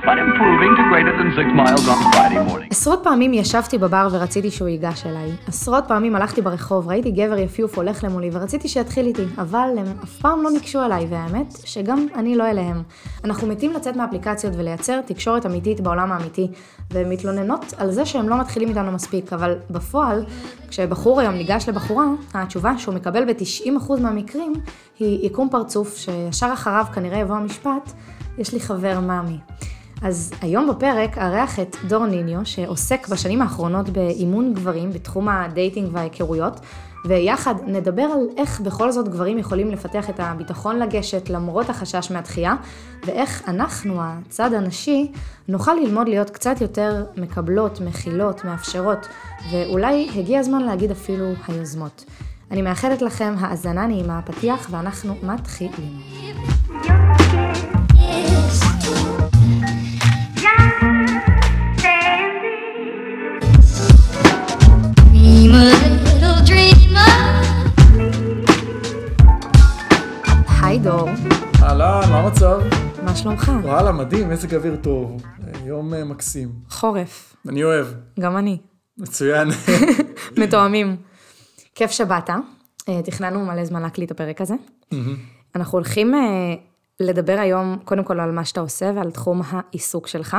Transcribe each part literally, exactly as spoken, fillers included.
but improving to greater than six miles on Friday morning. עשרות פעמים ישבתי בבר ורציתי שהוא ייגש אליי. עשרות פעמים הלכתי ברחוב, ראיתי גבר יפיוף הולך למולי ורציתי שיתחיל איתי, אבל הם אף פעם לא ניגשו אליי, והאמת שגם אני לא אליהם. אנחנו מתים לצאת מאפליקציות ולייצר תקשורת אמיתית בעולם האמיתי, ומתלוננות על זה שהם לא מתחילים איתנו מספיק, אבל בפועל, כשבחור היום ניגש לבחורה, התשובה שהוא מקבל ב-תשעים אחוז מהמקרים היא יקום פרצוף שישר אחריו כנראה יבוא המשפט, יש לי חבר מאמי. אז היום בפרק ארח את דור ניניו, שעוסק בשנים האחרונות באימון גברים בתחום הדייטינג וההיכרויות, ויחד נדבר על איך בכל זאת גברים יכולים לפתח את הביטחון לגשת למרות החשש מהדחייה, ואיך אנחנו, הצד הנשי, נוכל ללמוד להיות קצת יותר מקבלות, מכילות, מאפשרות, ואולי הגיע הזמן להגיד אפילו היוזמות. אני מאחלת לכם האזנה נעימה הפתיח, ואנחנו מתחילים. היי דור. אהלן, מה המצב? מה שלומך? וואלה, מדהים, איזה גביר טוב. יום מקסים. חורף. אני אוהב. גם אני. מצוין. מתואמים. כיף שבאת. תכננו מלא זמן להקליט את הפרק הזה. אנחנו הולכים לדבר היום קודם כל על מה שאתה עושה ועל תחום העיסוק שלך.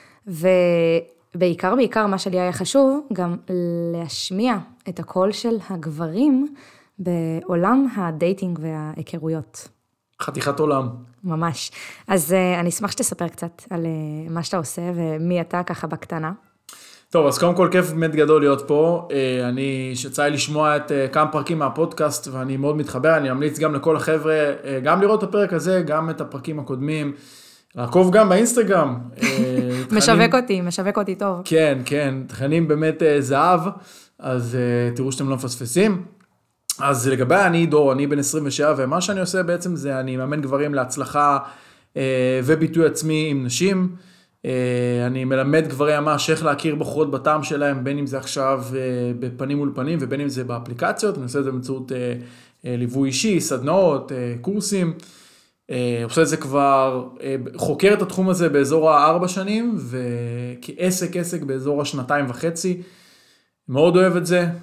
ובעיקר בעיקר מה שלי היה חשוב גם להשמיע את הקול של הגברים בעולם הדייטינג וההיכרויות. חתיכת עולם. ממש. אז אני אשמח שתספר קצת על מה שאתה עושה ומי אתה ככה בקטנה. טוב, אז קודם כל כיף באמת גדול להיות פה. אני שצריך לשמוע את כמה פרקים מהפודקאסט ואני מאוד מתחבר. אני ממליץ גם לכל החבר'ה, גם לראות את הפרק הזה, גם את הפרקים הקודמים. לעקוב גם באינסטגרם. משווק אותי, משווק אותי טוב. כן, כן. תכנים באמת זהב, אז תראו שאתם לא מפספסים. אז לגבי אני דור, אני בן עשרים ושבע, ומה שאני עושה בעצם זה אני מאמן גברים להצלחה וביטוי עצמי עם נשים. אני מלמד גברי ממש איך להכיר בחורות בטעם שלהם, בין אם זה עכשיו בפנים מול פנים, ובין אם זה באפליקציות. אני עושה את זה באמצעות ליווי אישי, סדנאות, קורסים. עושה את זה כבר, חוקר את התחום הזה באזור הארבע שנים, וכעסק עסק באזור השנתיים וחצי. מאוד אוהב את זה.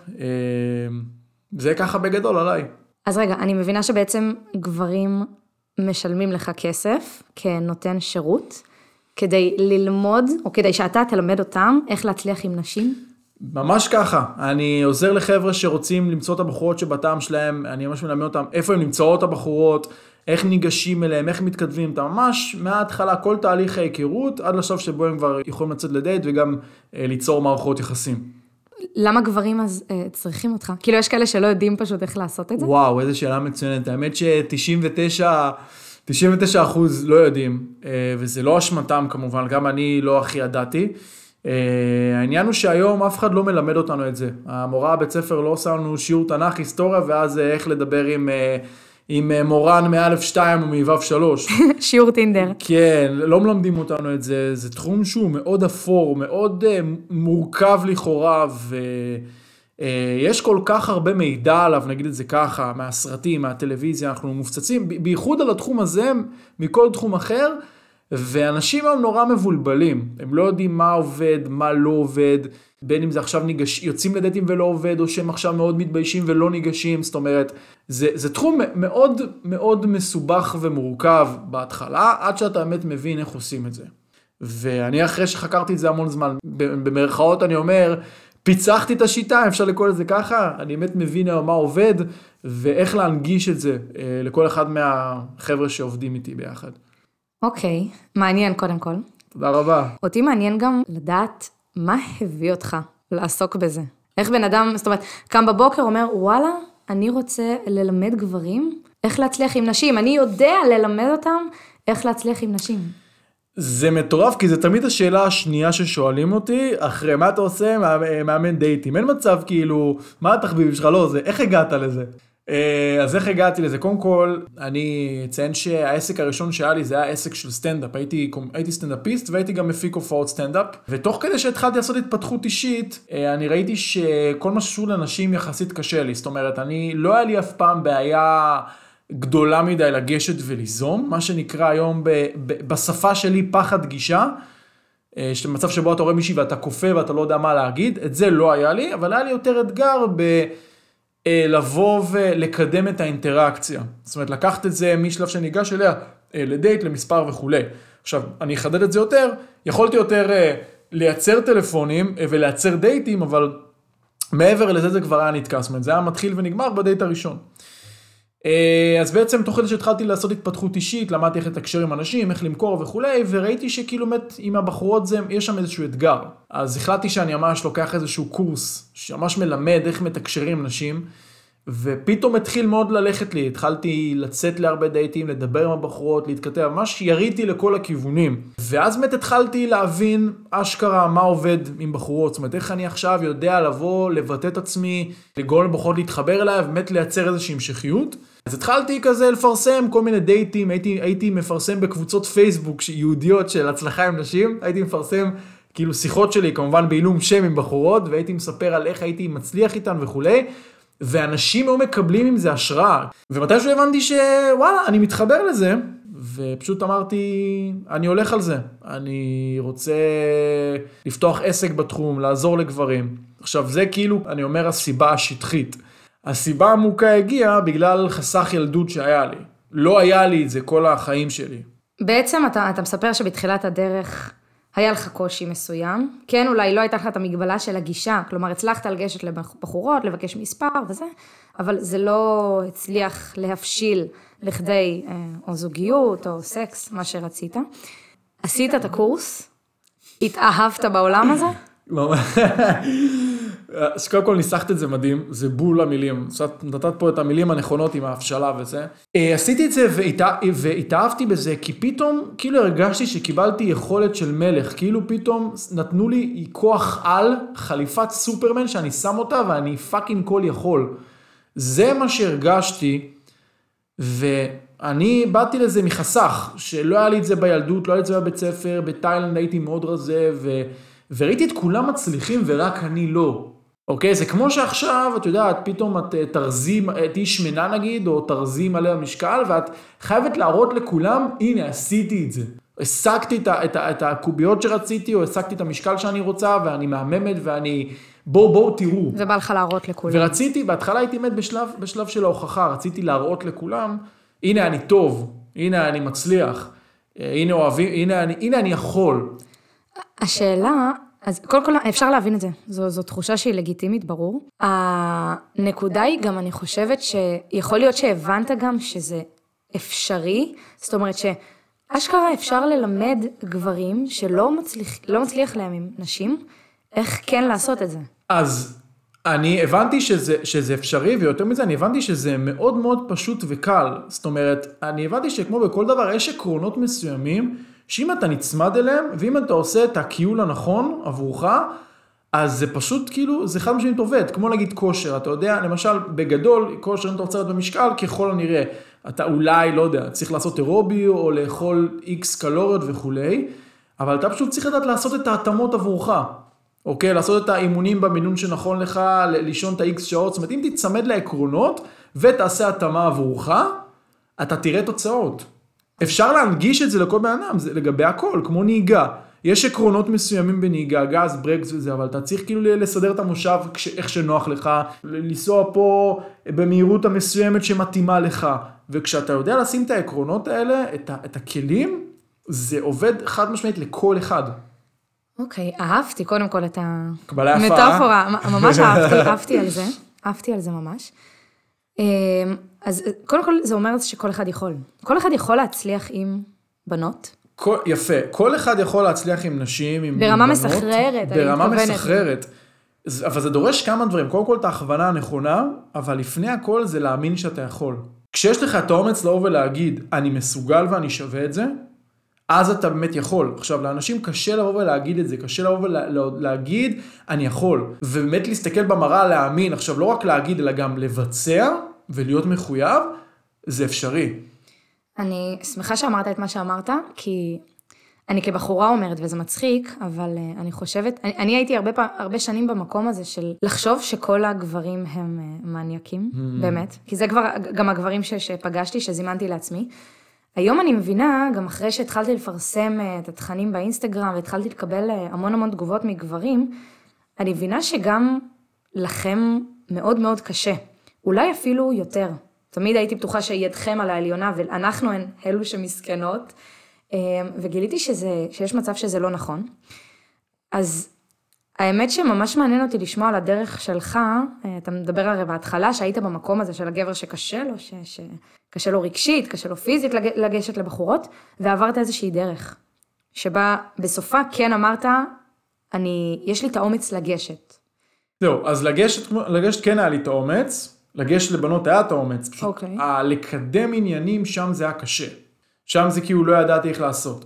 זה ככה בגדול עליי. אז רגע, אני מבינה שבעצם גברים משלמים לך כסף כנותן שירות, כדי ללמוד, או כדי שאתה תלמד אותם, איך להצליח עם נשים? ממש ככה. אני עוזר לחבר'ה שרוצים למצוא את הבחורות שבטעם שלהם, אני ממש מלמד אותם איפה הם נמצאות הבחורות, איך ניגשים אליהם, איך מתכתבים אותם, ממש מההתחלה, כל תהליך ההיכרות, עד לשלב שבו הם כבר יכולים לצאת לדייט, וגם אה, ליצור מערכות יחסים. למה גברים אז אה, צריכים אותך? כאילו יש כאלה שלא יודעים פשוט איך לעשות את זה? וואו, איזו שאלה מצוינת. האמת ש-תשעים ותשע אחוז לא יודעים, וזה לא אשמתם כמובן, גם אני לא הכי ידעתי. העניין הוא שהיום אף אחד לא מלמד אותנו את זה. המורה בבית ספר לא עושה לנו שיעור תנ"ך, היסטוריה, ואז איך לדבר עם, עם מורן מאלף שתיים או מאיבב שלוש. שיעור טינדר. כן, לא מלמדים אותנו את זה. זה תחום שהוא מאוד אפור, מאוד מורכב לכאורה, ו... יש כל כך הרבה מידע עליו, נגיד את זה ככה, מהסרטים, מהטלוויזיה, אנחנו מופצצים, בייחוד על התחום הזה, מכל תחום אחר, ואנשים הם נורא מבולבלים, הם לא יודעים מה עובד, מה לא עובד, בין אם זה עכשיו ניגש, יוצאים לדייטים ולא עובד, או שהם עכשיו מאוד מתביישים ולא ניגשים, זאת אומרת, זה, זה תחום מאוד מאוד מסובך ומורכב בהתחלה, עד שאתה באמת מבין איך עושים את זה. ואני אחרי שחקרתי את זה המון זמן, במרכאות אני אומר, פיצחתי את השיטה, אפשר לקרוא לזה ככה, אני באמת מבין מה עובד, ואיך להנגיש את זה לכל אחד מהחבר'ה שעובדים איתי ביחד. אוקיי, מעניין קודם כל. תודה רבה. אותי מעניין גם לדעת מה הביא אותך לעסוק בזה. איך בן אדם, זאת אומרת, קם בבוקר אומר, וואלה, אני רוצה ללמד גברים, איך להצליח עם נשים, אני יודע ללמד אותם, איך להצליח עם נשים. זה מטורף, כי זה תמיד השאלה השנייה ששואלים אותי, אחרי מה אתה עושה, מאמן דייטים. אין מצב כאילו, מה התחביבים שלך? לא, זה, איך הגעת לזה? אז איך הגעתי לזה? קודם כל, אני אציין שהעסק הראשון שהיה לי, זה היה עסק של סטנדאפ. הייתי, הייתי סטנדאפיסט, והייתי גם מפיק הופעות סטנדאפ. ותוך כדי שהתחלתי לעשות התפתחות אישית, אני ראיתי שכל מה שקשור לנשים יחסית קשה לי. זאת אומרת, אני, לא היה לי אף פעם בעיה גדולה מדי לגשת וליזום, מה שנקרא היום ב, ב, בשפה שלי פחד גישה, יש מצב שבו אתה רואה מישהי ואתה קופה ואתה לא יודע מה להגיד, את זה לא היה לי, אבל היה לי יותר אתגר ב... לבוא ולקדם את האינטראקציה. זאת אומרת, לקחת את זה משלב שניגש אליה, לדייט, למספר וכו'. עכשיו, אני אחדד את זה יותר, יכולתי יותר לייצר טלפונים ולייצר דייטים, אבל מעבר לזה זה כבר היה נתקע. זאת אומרת, זה היה מתחיל ונגמר בדייט הראשון. אז בעצם תוך כדי שהתחלתי לעשות התפתחות אישית, למדתי איך לתקשר עם אנשים, איך למכור וכו', וראיתי שכאילו באמת עם הבחורות זה, יש שם איזשהו אתגר. אז החלטתי שאני ממש לוקח איזשהו קורס, שממש מלמד איך מתקשרים עם אנשים, ופתאום התחיל מאוד ללכת לי, התחלתי לצאת להרבה דייטים, לדבר עם הבחורות, להתכתב, ממש יריתי לכל הכיוונים. ואז באמת התחלתי להבין אשכרה מה עובד עם בחורות, זאת אומרת, איך אני עכשיו יודע לבוא, לבטא את עצמי, לגרום לבחורות להתחבר אליי, ובאמת לייצר איזושהי המשכיות. אז התחלתי כזה לפרסם כל מיני דייטים, הייתי, הייתי מפרסם בקבוצות פייסבוק יהודיות של הצלחה עם נשים, הייתי מפרסם כאילו שיחות שלי, כמובן בעילום שם עם בחורות, והייתי מספר על איך הייתי מצליח איתן וכולי. ואנשים היו מקבלים עם זה השראה. ומתישהו הבנתי שוואלה, אני מתחבר לזה, ופשוט אמרתי, אני הולך על זה. אני רוצה לפתוח עסק בתחום, לעזור לגברים. עכשיו, זה כאילו, אני אומר, הסיבה השטחית. הסיבה העמוקה הגיעה בגלל חסך ילדות שהיה לי. לא היה לי את זה כל החיים שלי. בעצם אתה, אתה מספר שבתחילת הדרך היה לך קושי מסוים, כן, אולי לא הייתה לך את המגבלה של הגישה, כלומר, הצלחת לגשת לבחורות, לבקש מספר וזה, אבל זה לא הצליח להפשיל לכדי או זוגיות או סקס, מה שרצית. עשית את הקורס? התאהבת בעולם הזה? אז קודם כל ניסחת את זה מדהים, זה בול המילים, נתת פה את המילים הנכונות עם ההפשלה וזה. עשיתי את זה והתאהבתי בזה, כי פתאום כאילו הרגשתי שקיבלתי יכולת של מלך, כאילו פתאום נתנו לי כוח על, חליפת סופרמן שאני שם אותה ואני פאקינג כל יכול. זה מה שהרגשתי, ואני באתי לזה מחסך, שלא היה לי את זה בילדות, לא היה לי את זה בבית ספר, בתאילנד הייתי מאוד רזה, ו... וראיתי את כולם מצליחים ורק אני לא. אוקיי? זה כמו שעכשיו, את יודעת, פתאום את תרזי, תהי שמנה נגיד, או תרזי מלא במשקל, ואת חייבת להראות לכולם, הנה, עשיתי את זה. השגתי את, את, את הקוביות שרציתי, או השגתי את המשקל שאני רוצה, ואני מהממת, ואני, בואו, בואו תראו. ובא לך להראות לכולם. ורציתי, בהתחלה הייתי מת בשלב, בשלב של ההוכחה, רציתי להראות לכולם, הנה אני טוב, הנה אני מצליח, הנה אוהבים, הנה אני, הנה אני יכול. השאלה, אז קודם כל אפשר להבין את זה, זו, זו תחושה שהיא לגיטימית, ברור. הנקודה היא גם, אני חושבת שיכול להיות שהבנת גם שזה אפשרי, זאת אומרת שאשכרה אפשר ללמד גברים שלא מצליח, לא מצליח להם עם נשים, איך כן לעשות את זה. אז אני הבנתי שזה, שזה אפשרי, ויותר מזה אני הבנתי שזה מאוד מאוד פשוט וקל. זאת אומרת, אני הבנתי שכמו בכל דבר, יש עקרונות מסוימים, שאם אתה נצמד אליהם, ואם אתה עושה את הקיול הנכון עבורך, אז זה פשוט כאילו, זה חד משמעית עובד, כמו נגיד כושר, אתה יודע, למשל, בגדול, כושר אם אתה רוצה לרדת במשקל, ככל הנראה, אתה אולי, לא יודע, צריך לעשות אירובי, או לאכול איקס קלוריות וכולי, אבל אתה פשוט צריך לדעת לעשות את ההתאמות עבורך, אוקיי? לעשות את האימונים במינון שנכון לך, לישון את ה-X שעות, זאת אומרת, אם תצמד לעקרונות, ותעשה התאמה עבורך, אתה תראה תוצאות. אפשר להנגיש את זה לכל בן אדם, זה לגבי הכל, כמו נהיגה. יש עקרונות מסוימים בנהיגה, גז, ברקס וזה, אבל אתה צריך כאילו לסדר את המושב איך שנוח לך, לנסוע פה במהירות המסוימת שמתאימה לך. וכשאתה יודע לשים את העקרונות האלה, את, ה, את הכלים, זה עובד חד משמעית לכל אחד. אוקיי, אהבתי קודם כל את המטאפורה, ממש אהבתי, אהבתי על זה, אהבתי על זה ממש. אז קודם כל זה אומר שכל אחד יכול. כל אחד יכול להצליח עם בנות. כל, יפה, כל אחד יכול להצליח עם נשים, עם ברמה בנות. מסחררת. ברמה מסחררת. אבל זה דורש כמה דברים. קודם כל את ההכוונה הנכונה, אבל לפני הכל זה להאמין שאתה יכול. כשיש לך את האומץ לבוא ולהגיד, אני מסוגל ואני שווה את זה, אז אתה באמת יכול. עכשיו, לאנשים קשה לבוא ולהגיד את זה, קשה לבוא ולהגיד, אני יכול. ובאמת להסתכל במראה, להאמין. עכשיו, לא רק להגיד, אלא גם לבצע ולהיות מחויב, זה אפשרי. אני שמחה שאמרת את מה שאמרת, כי אני כבחורה אומרת, וזה מצחיק, אבל אני חושבת, אני, אני הייתי הרבה, הרבה שנים במקום הזה של לחשוב שכל הגברים הם מניאקים, mm. באמת. כי זה כבר, גם הגברים ש, שפגשתי, שזימנתי לעצמי. היום אני מבינה, גם אחרי שהתחלתי לפרסם את התכנים באינסטגרם, והתחלתי לקבל המון המון תגובות מגברים, אני מבינה שגם לכם מאוד מאוד קשה. אולי אפילו יותר. תמיד הייתי בטוחה שידכם על העליונה, ואנחנו הן אלו שמסכנות, וגיליתי שזה, שיש מצב שזה לא נכון. אז האמת שממש מעניין אותי לשמוע על הדרך שלך, אתה מדבר הרי בהתחלה שהיית במקום הזה של הגבר שקשה לו, ש, שקשה לו רגשית, קשה לו פיזית לגשת לבחורות, ועברת איזושהי דרך, שבה בסופה כן אמרת, אני, יש לי את האומץ לגשת. זהו, אז לגשת, לגשת כן היה לי את האומץ, לגשת לבנות היה את האומץ, פשוט okay. לקדם עניינים שם זה היה קשה, שם זה כאילו לא ידעתי איך לעשות.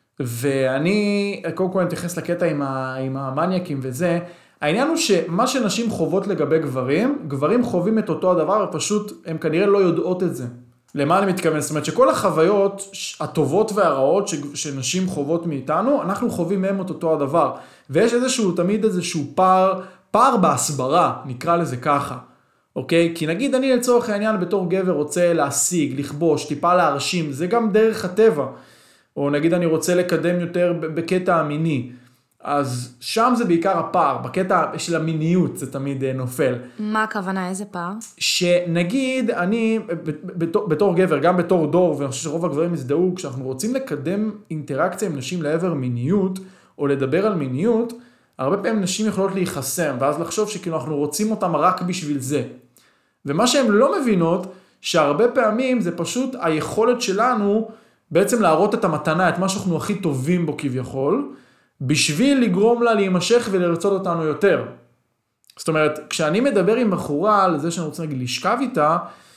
ואני, קודם כל אני אתייחס לקטע עם, ה, עם המניאקים וזה, העניין הוא שמה שנשים חוות לגבי גברים, גברים חווים את אותו הדבר, ופשוט הם כנראה לא יודעות את זה. למה אני מתכוון? זאת אומרת שכל החוויות הטובות והרעות ש, שנשים חוות מאיתנו, אנחנו חווים מהם את אותו הדבר. ויש איזשהו, תמיד איזשהו פער, פער בהסברה, נקרא לזה ככה. אוקיי? כי נגיד אני לצורך העניין בתור גבר רוצה להשיג, לכבוש, טיפה להרשים, זה גם דרך הטבע. או נגיד אני רוצה לקדם יותר בקטע המיני, אז שם זה בעיקר הפער, בקטע של המיניות זה תמיד נופל. מה הכוונה, איזה פער? שנגיד אני בתור, בתור גבר, גם בתור דור, ואני חושב שרוב הגברים יזדהו, כשאנחנו רוצים לקדם אינטראקציה עם נשים לעבר מיניות, או לדבר על מיניות, הרבה פעמים נשים יכולות להיחסם, ואז לחשוב שכאילו אנחנו רוצים אותם רק בשביל זה. ומה שהן לא מבינות, שהרבה פעמים זה פשוט היכולת שלנו, בעצם להראות את המתנה, את מה שאנחנו הכי טובים בו כביכול, בשביל לגרום לה להימשך ולרצות אותנו יותר. זאת אומרת, כשאני מדבר עם בחורה על זה שאני רוצה להגיד לשכב איתה,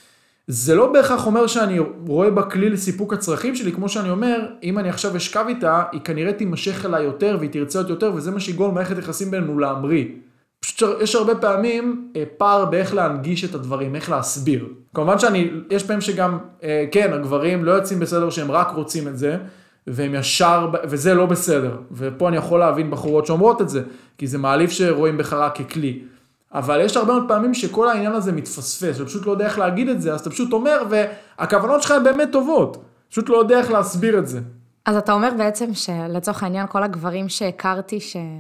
זה לא בהכרח אומר שאני רואה בכלי לסיפוק הצרכים שלי, כמו שאני אומר, אם אני עכשיו אשכב איתה, היא כנראה תימשך אליי יותר והיא תרצה אותי יותר, וזה מה שיגרום מערכת יחסים בינינו להמריא. פשוט יש הרבה פעמים פער באיך להנגיש את הדברים, איך להסביר. כמובן שאני, יש פעמים שגם, כן, הגברים לא יוצאים בסדר שהם רק רוצים את זה, והם ישר, וזה לא בסדר. ופה אני יכול להבין בחורות שאומרות את זה, כי זה מעליף שרואים בך רק ככלי. אבל יש הרבה מאוד פעמים שכל העניין הזה מתפספס, שפשוט לא יודע איך להגיד את זה, אז אתה פשוט אומר, והכוונות שלך הן באמת טובות. פשוט לא יודע איך להסביר את זה. אז אתה אומר בעצם שלצורך העניין כל הגברים שהכרתי,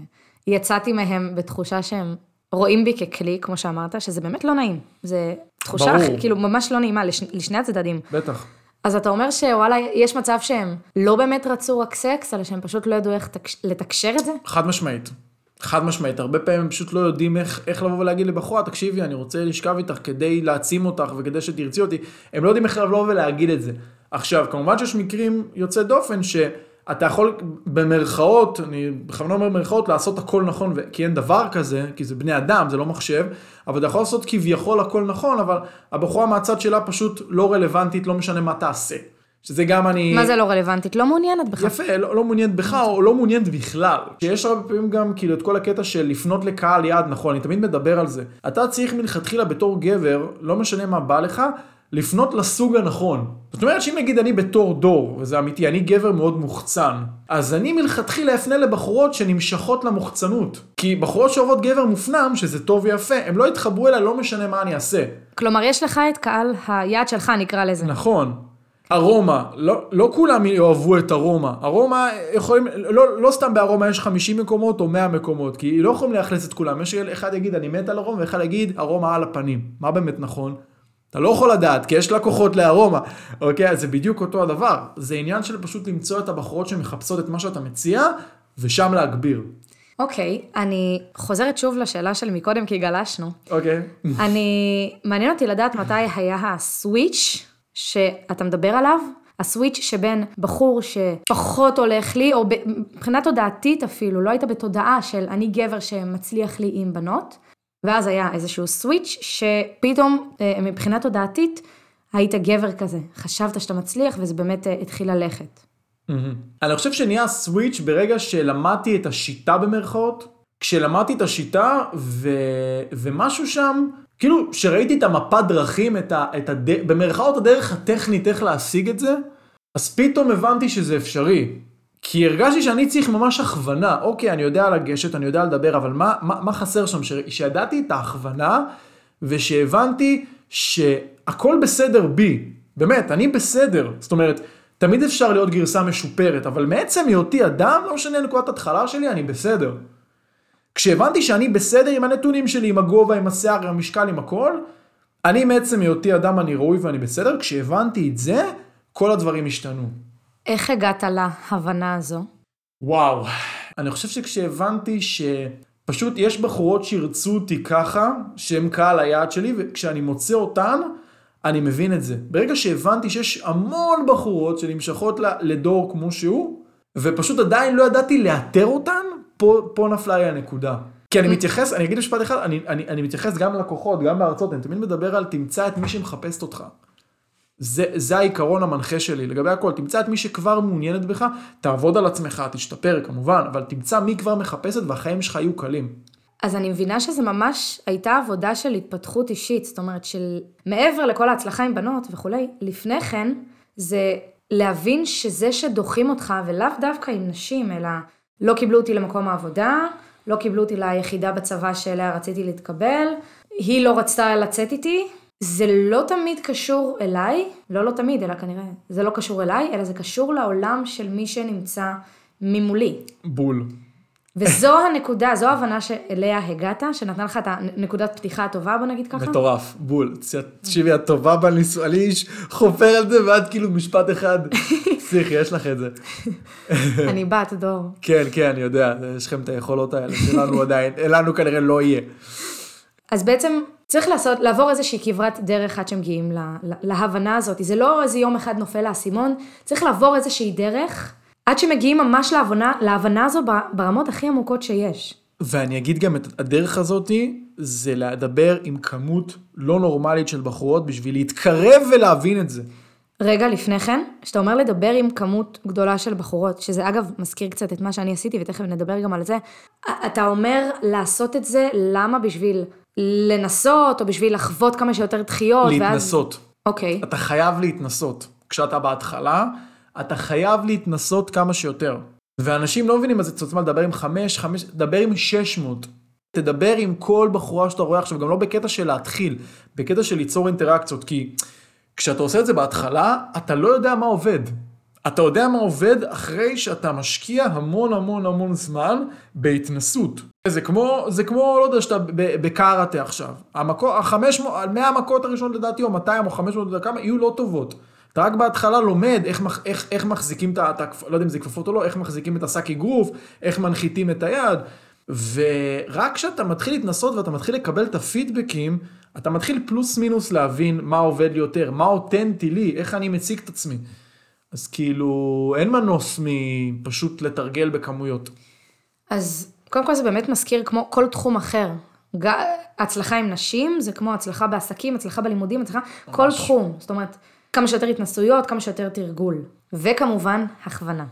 שיצאתי מהם בתחושה שהם רואים בי ככלי, כמו שאמרת, שזה באמת לא נעים. זה תחושה ברור. כאילו ממש לא נעימה לש, לשני הצדדים. בטח. אז אתה אומר שוואלה, יש מצב שהם לא באמת רצו רק סקס, אלא שהם פשוט לא ידעו איך לתקשר את זה? חד משמעית. חד משמעית. הרבה פעמים הם פשוט לא יודעים איך, איך לבוא ולהגיד לבחורה, תקשיבי, אני רוצה לשכב איתך כדי להעצים אותך וכדי שתרצי אותי. הם לא יודעים איך לבוא ולהגיד את זה. עכשיו, כמובן שיש מקרים יוצא דופן שאתה יכול במרכאות, אני בכוונה אומר במרכאות, לעשות הכל נכון, כי אין דבר כזה, כי זה בני אדם, זה לא מחשב, אבל אתה יכול לעשות כביכול הכל נכון, אבל הבחורה מהצד שלה פשוט לא רלוונטית, לא משנה מה תעשה. שזה גם אני... מה זה לא רלוונטית? לא מעוניינת בך. יפה, לא, לא מעוניינת בך או לא מעוניינת בכלל. שיש הרבה פעמים גם כאילו את כל הקטע של לפנות לקהל יד, נכון, אני תמיד מדבר על זה. אתה צריך מלכתחילה בתור גבר, לא משנה מה בא לך, לפנות לסוג הנכון. זאת אומרת שאם נגיד אני בתור דור, וזה אמיתי, אני גבר מאוד מוחצן, אז אני מלכתחילה אפנה לבחורות שנמשכות למוחצנות. כי בחורות שאוהבות גבר מופנם, שזה טוב ויפה, הם לא יתחברו אליה, לא משנה מה אני אעשה. כלומר, יש לך את קהל היד שלך, נקרא לזה. נכון. ארומה, לא, לא כולם יאהבו את ארומה. ארומה יכולים, לא, לא סתם בארומה יש חמישים מקומות או מאה מקומות, כי לא יכולים להכניס את כולם. יש אחד יגיד אני מת על ארומה, ואחד יגיד ארומה על הפנים. מה באמת נכון? אתה לא יכול לדעת, כי יש לקוחות לארומה. אוקיי, אז זה בדיוק אותו הדבר. זה עניין של פשוט למצוא את הבחורות שמחפשות את מה שאתה מציע, ושם להגביר. אוקיי, אני חוזרת שוב לשאלה של מקודם, כי גלשנו. אוקיי. אני, מעניין אותי לדעת מתי היה הסוויץ' שאתה מדבר עליו, הסוויץ' שבין בחור שפחות הולך לי, או מבחינת תודעתית אפילו, לא היית בתודעה של אני גבר שמצליח לי עם בנות, ואז היה איזשהו סוויץ' שפתאום מבחינת תודעתית היית גבר כזה, חשבת שאתה מצליח וזה באמת התחיל ללכת. אני חושב שנהיה סוויץ' ברגע שלמדתי את השיטה במרכאות, כשלמדתי את השיטה ומשהו שם, כאילו, שראיתי את המפת דרכים, את ה, את הד... במרכאות הדרך הטכנית איך להשיג את זה, אז פתאום הבנתי שזה אפשרי. כי הרגשתי שאני צריך ממש הכוונה. אוקיי, אני יודע לגשת, אני יודע לדבר, אבל מה, מה, מה חסר שם? ש... שידעתי את ההכוונה, ושהבנתי שהכל בסדר בי. באמת, אני בסדר. זאת אומרת, תמיד אפשר להיות גרסה משופרת, אבל מעצם היותי אדם, לא משנה נקודת התחלה שלי, אני בסדר. כשהבנתי שאני בסדר עם הנתונים שלי, עם הגובה, עם השיער, עם המשקל, עם הכל, אני מעצם היותי אדם, אני ראוי ואני בסדר. כשהבנתי את זה, כל הדברים השתנו. איך הגעת להבנה הזו? וואו, אני חושב שכשהבנתי שפשוט יש בחורות שירצו אותי ככה, שהם קהל היעד שלי, וכשאני מוצא אותן, אני מבין את זה. ברגע שהבנתי שיש המון בחורות שנמשכות לדור כמו שהוא, ופשוט עדיין לא ידעתי לאתר אותן, פה, פה נפלה לי הנקודה. כי אני מתייחס, אני אגיד משפט אחד, אני, אני, אני מתייחס גם ללקוחות, גם בארצות, אני תמיד מדבר על תמצא את מי שמחפשת אותך. זה, זה העיקרון המנחה שלי. לגבי הכל, תמצא את מי שכבר מעוניינת בך, תעבוד על עצמך, תשתפר כמובן, אבל תמצא מי כבר מחפשת והחיים שלך יהיו קלים. אז אני מבינה שזה ממש הייתה עבודה של התפתחות אישית, זאת אומרת של מעבר לכל ההצלחה עם בנות וכולי, לפני כן זה להבין שזה שדוחים אותך ולאו דווקא עם נשים, אלא לא קיבלו אותי למקום העבודה, לא קיבלו אותי ליחידה בצבא שאליה רציתי להתקבל, היא לא רצתה לצאת איתי, זה לא תמיד קשור אליי, לא לא תמיד, אלא כנראה, זה לא קשור אליי, אלא זה קשור לעולם של מי שנמצא ממולי. בול. וזו הנקודה, זו ההבנה שאליה הגעת, שנתנה לך את הנקודת פתיחה הטובה, בוא נגיד ככה? מטורף, בול. תשיבי, הטובה בניסוי, אני איש חופר על זה, ועד כאילו משפט אחד, שיח, יש לך את זה. אני בת דור. כן, כן, אני יודע, יש לכם את היכולות האלה, שלנו עדיין, לנו כנראה לא יהיה. אז בעצם צריך לעשות, לעבור איזושהי כברת דרך עד שמגיעים לה, להבנה הזאת. זה לא איזה יום אחד נופל לאסימון, צריך לעבור איזושהי דרך, עד שמגיעים ממש להבנה, להבנה הזו ברמות הכי עמוקות שיש. ואני אגיד גם את הדרך הזאת, זה לדבר עם כמות לא נורמלית של בחורות, בשביל להתקרב ולהבין את זה. רגע לפני כן, שאתה אומר לדבר עם כמות גדולה של בחורות, שזה אגב מזכיר קצת את מה שאני עשיתי, ותכף נדבר גם על זה, אתה אומר לעשות את זה, למה בשביל לנסות, או בשביל לחוות כמה שיותר דחיות? להתנסות. ואז... אוקיי. אתה חייב להתנסות. כשאתה בהתחלה, אתה חייב להתנסות כמה שיותר. ואנשים לא מבינים מה זה, זאת אומרת, לדבר עם חמש, חמש, דבר עם שש מאות. תדבר עם כל בחורה שאתה רואה עכשיו, גם לא בקטע של להתחיל, בקטע של ליצור אינטראקציות, כי כשאתה עושה את זה בהתחלה, אתה לא יודע מה עובד. אתה יודע מה עובד אחרי שאתה משקיע המון המון המון זמן בהתנסות. זה כמו, זה כמו, לא יודע, שאתה בקארטה עכשיו. המקו, החמש, מאה המכות הראשונות לדעתי, או מאתיים או חמש מאות, כמה, יהיו לא טובות. אתה רק בהתחלה לומד איך, איך, איך מחזיקים את, את, לא יודע אם זה כפפות או לא, איך מחזיקים את השק אגרוף, איך מנחיתים את היד, ורק כשאתה מתחיל להתנסות ואתה מתחיל לקבל את הפידבקים, אתה מתחיל פלוס מינוס להבין מה עובד לי יותר, מה אותנטי לי, איך אני מציג את עצמי. אז כאילו, אין מנוס מפשוט לתרגל בכמויות. אז קודם כל זה באמת מזכיר כמו כל תחום אחר. הצלחה עם נשים, זה כמו הצלחה בעסקים, הצלחה בלימודים, הצלחה, ממש. כל תחום. זאת אומרת, כמה שיותר התנסויות, כמה שיותר תרגול. וכמובן, הכוונה.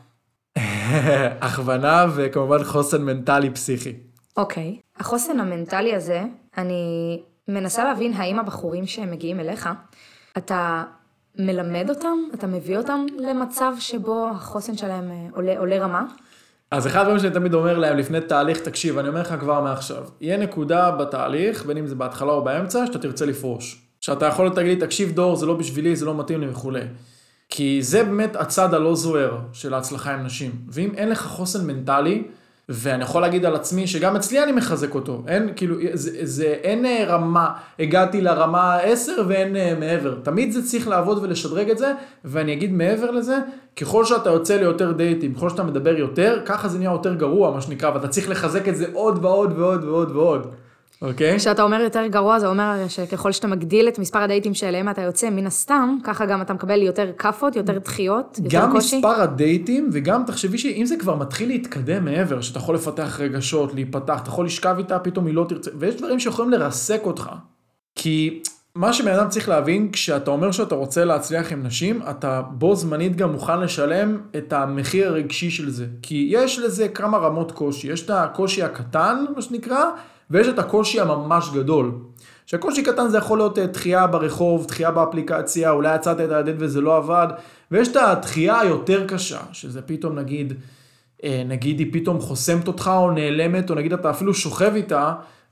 הכוונה וכמובן חוסן מנטלי פסיכי. אוקיי. החוסן המנטלי הזה, אני מנסה להבין האם הבחורים שהם מגיעים אליך, אתה מלמד אותם, אתה מביא אותם למצב שבו החוסן שלהם עולה, עולה רמה? אז אחד הדברים שאני תמיד אומר להם לפני תהליך, תקשיב, אני אומר לך כבר מעכשיו, יהיה נקודה בתהליך, בין אם זה בהתחלה או באמצע, שאתה תרצה לפרוש. שאתה יכול לתגיד, תקשיב דור, זה לא בשבילי, זה לא מתאים לי וכו'. כי זה באמת הצד הלא זוהר של ההצלחה עם נשים. ואם אין לך חוסן מנטלי, ואני יכול להגיד על עצמי שגם אצלי אני מחזק אותו. אין, כאילו, זה, זה, אין רמה, הגעתי לרמה עשר ואין מעבר. תמיד זה צריך לעבוד ולשדרג את זה, ואני אגיד מעבר לזה, ככל שאתה יוצא ליותר דייטים, ככל שאתה מדבר יותר, ככה זה נהיה יותר גרוע, מה שנקרא, ואתה צריך לחזק את זה עוד ועוד ועוד ועוד ועוד. אוקיי? כשאתה אומר יותר גרוע, זה אומר שככל שאתה מגדיל את מספר הדייטים שאליהם אתה יוצא מן הסתם, ככה גם אתה מקבל יותר כפות, יותר דחיות, יותר גם קושי. גם מספר הדייטים, וגם תחשבי שאם זה כבר מתחיל להתקדם מעבר, שאתה יכול לפתח רגשות, להיפתח, אתה יכול לשכב איתה, פתאום היא לא תרצה, ויש דברים שיכולים לרסק אותך. כי מה שבן אדם צריך להבין, כשאתה אומר שאתה רוצה להצליח עם נשים, אתה בו זמנית גם מוכן לשלם את המחיר הרגשי של זה. כי יש לזה כמה רמות קושי. יש את הקושי הקטן, מה שנקרא, ויש את הקושי הממש גדול. שהקושי קטן זה יכול להיות דחייה ברחוב, דחייה באפליקציה, אולי יצאת את הידד וזה לא עבד, ויש את הדחייה היותר קשה, שזה פתאום נגיד, נגיד היא פתאום חוסמת אותך או נעלמת, או נגיד אתה אפילו שוכב איתה,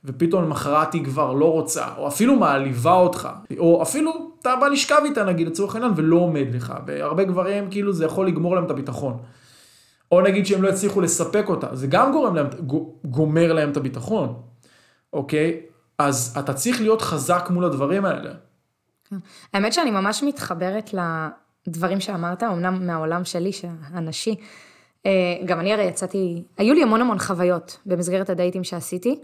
ופתאום למחרת היא כבר לא רוצה, או אפילו מעליבה אותך, או אפילו אתה בא לשכב איתה, נגיד, לצורך העניין, ולא עומד לך, והרבה גברים, כאילו, זה יכול לגמור להם את הביטחון. או נגיד שהם לא הצליחו לספק אותה, זה גם גורם להם, גומר להם את הביטחון, אוקיי? אז אתה צריך להיות חזק מול הדברים האלה. האמת שאני ממש מתחברת לדברים שאמרת, אמנם מהעולם שלי, הנשי, גם אני הרי יצאתי, היו לי המון המון חוויות במסגרת הדייטים שעשיתי,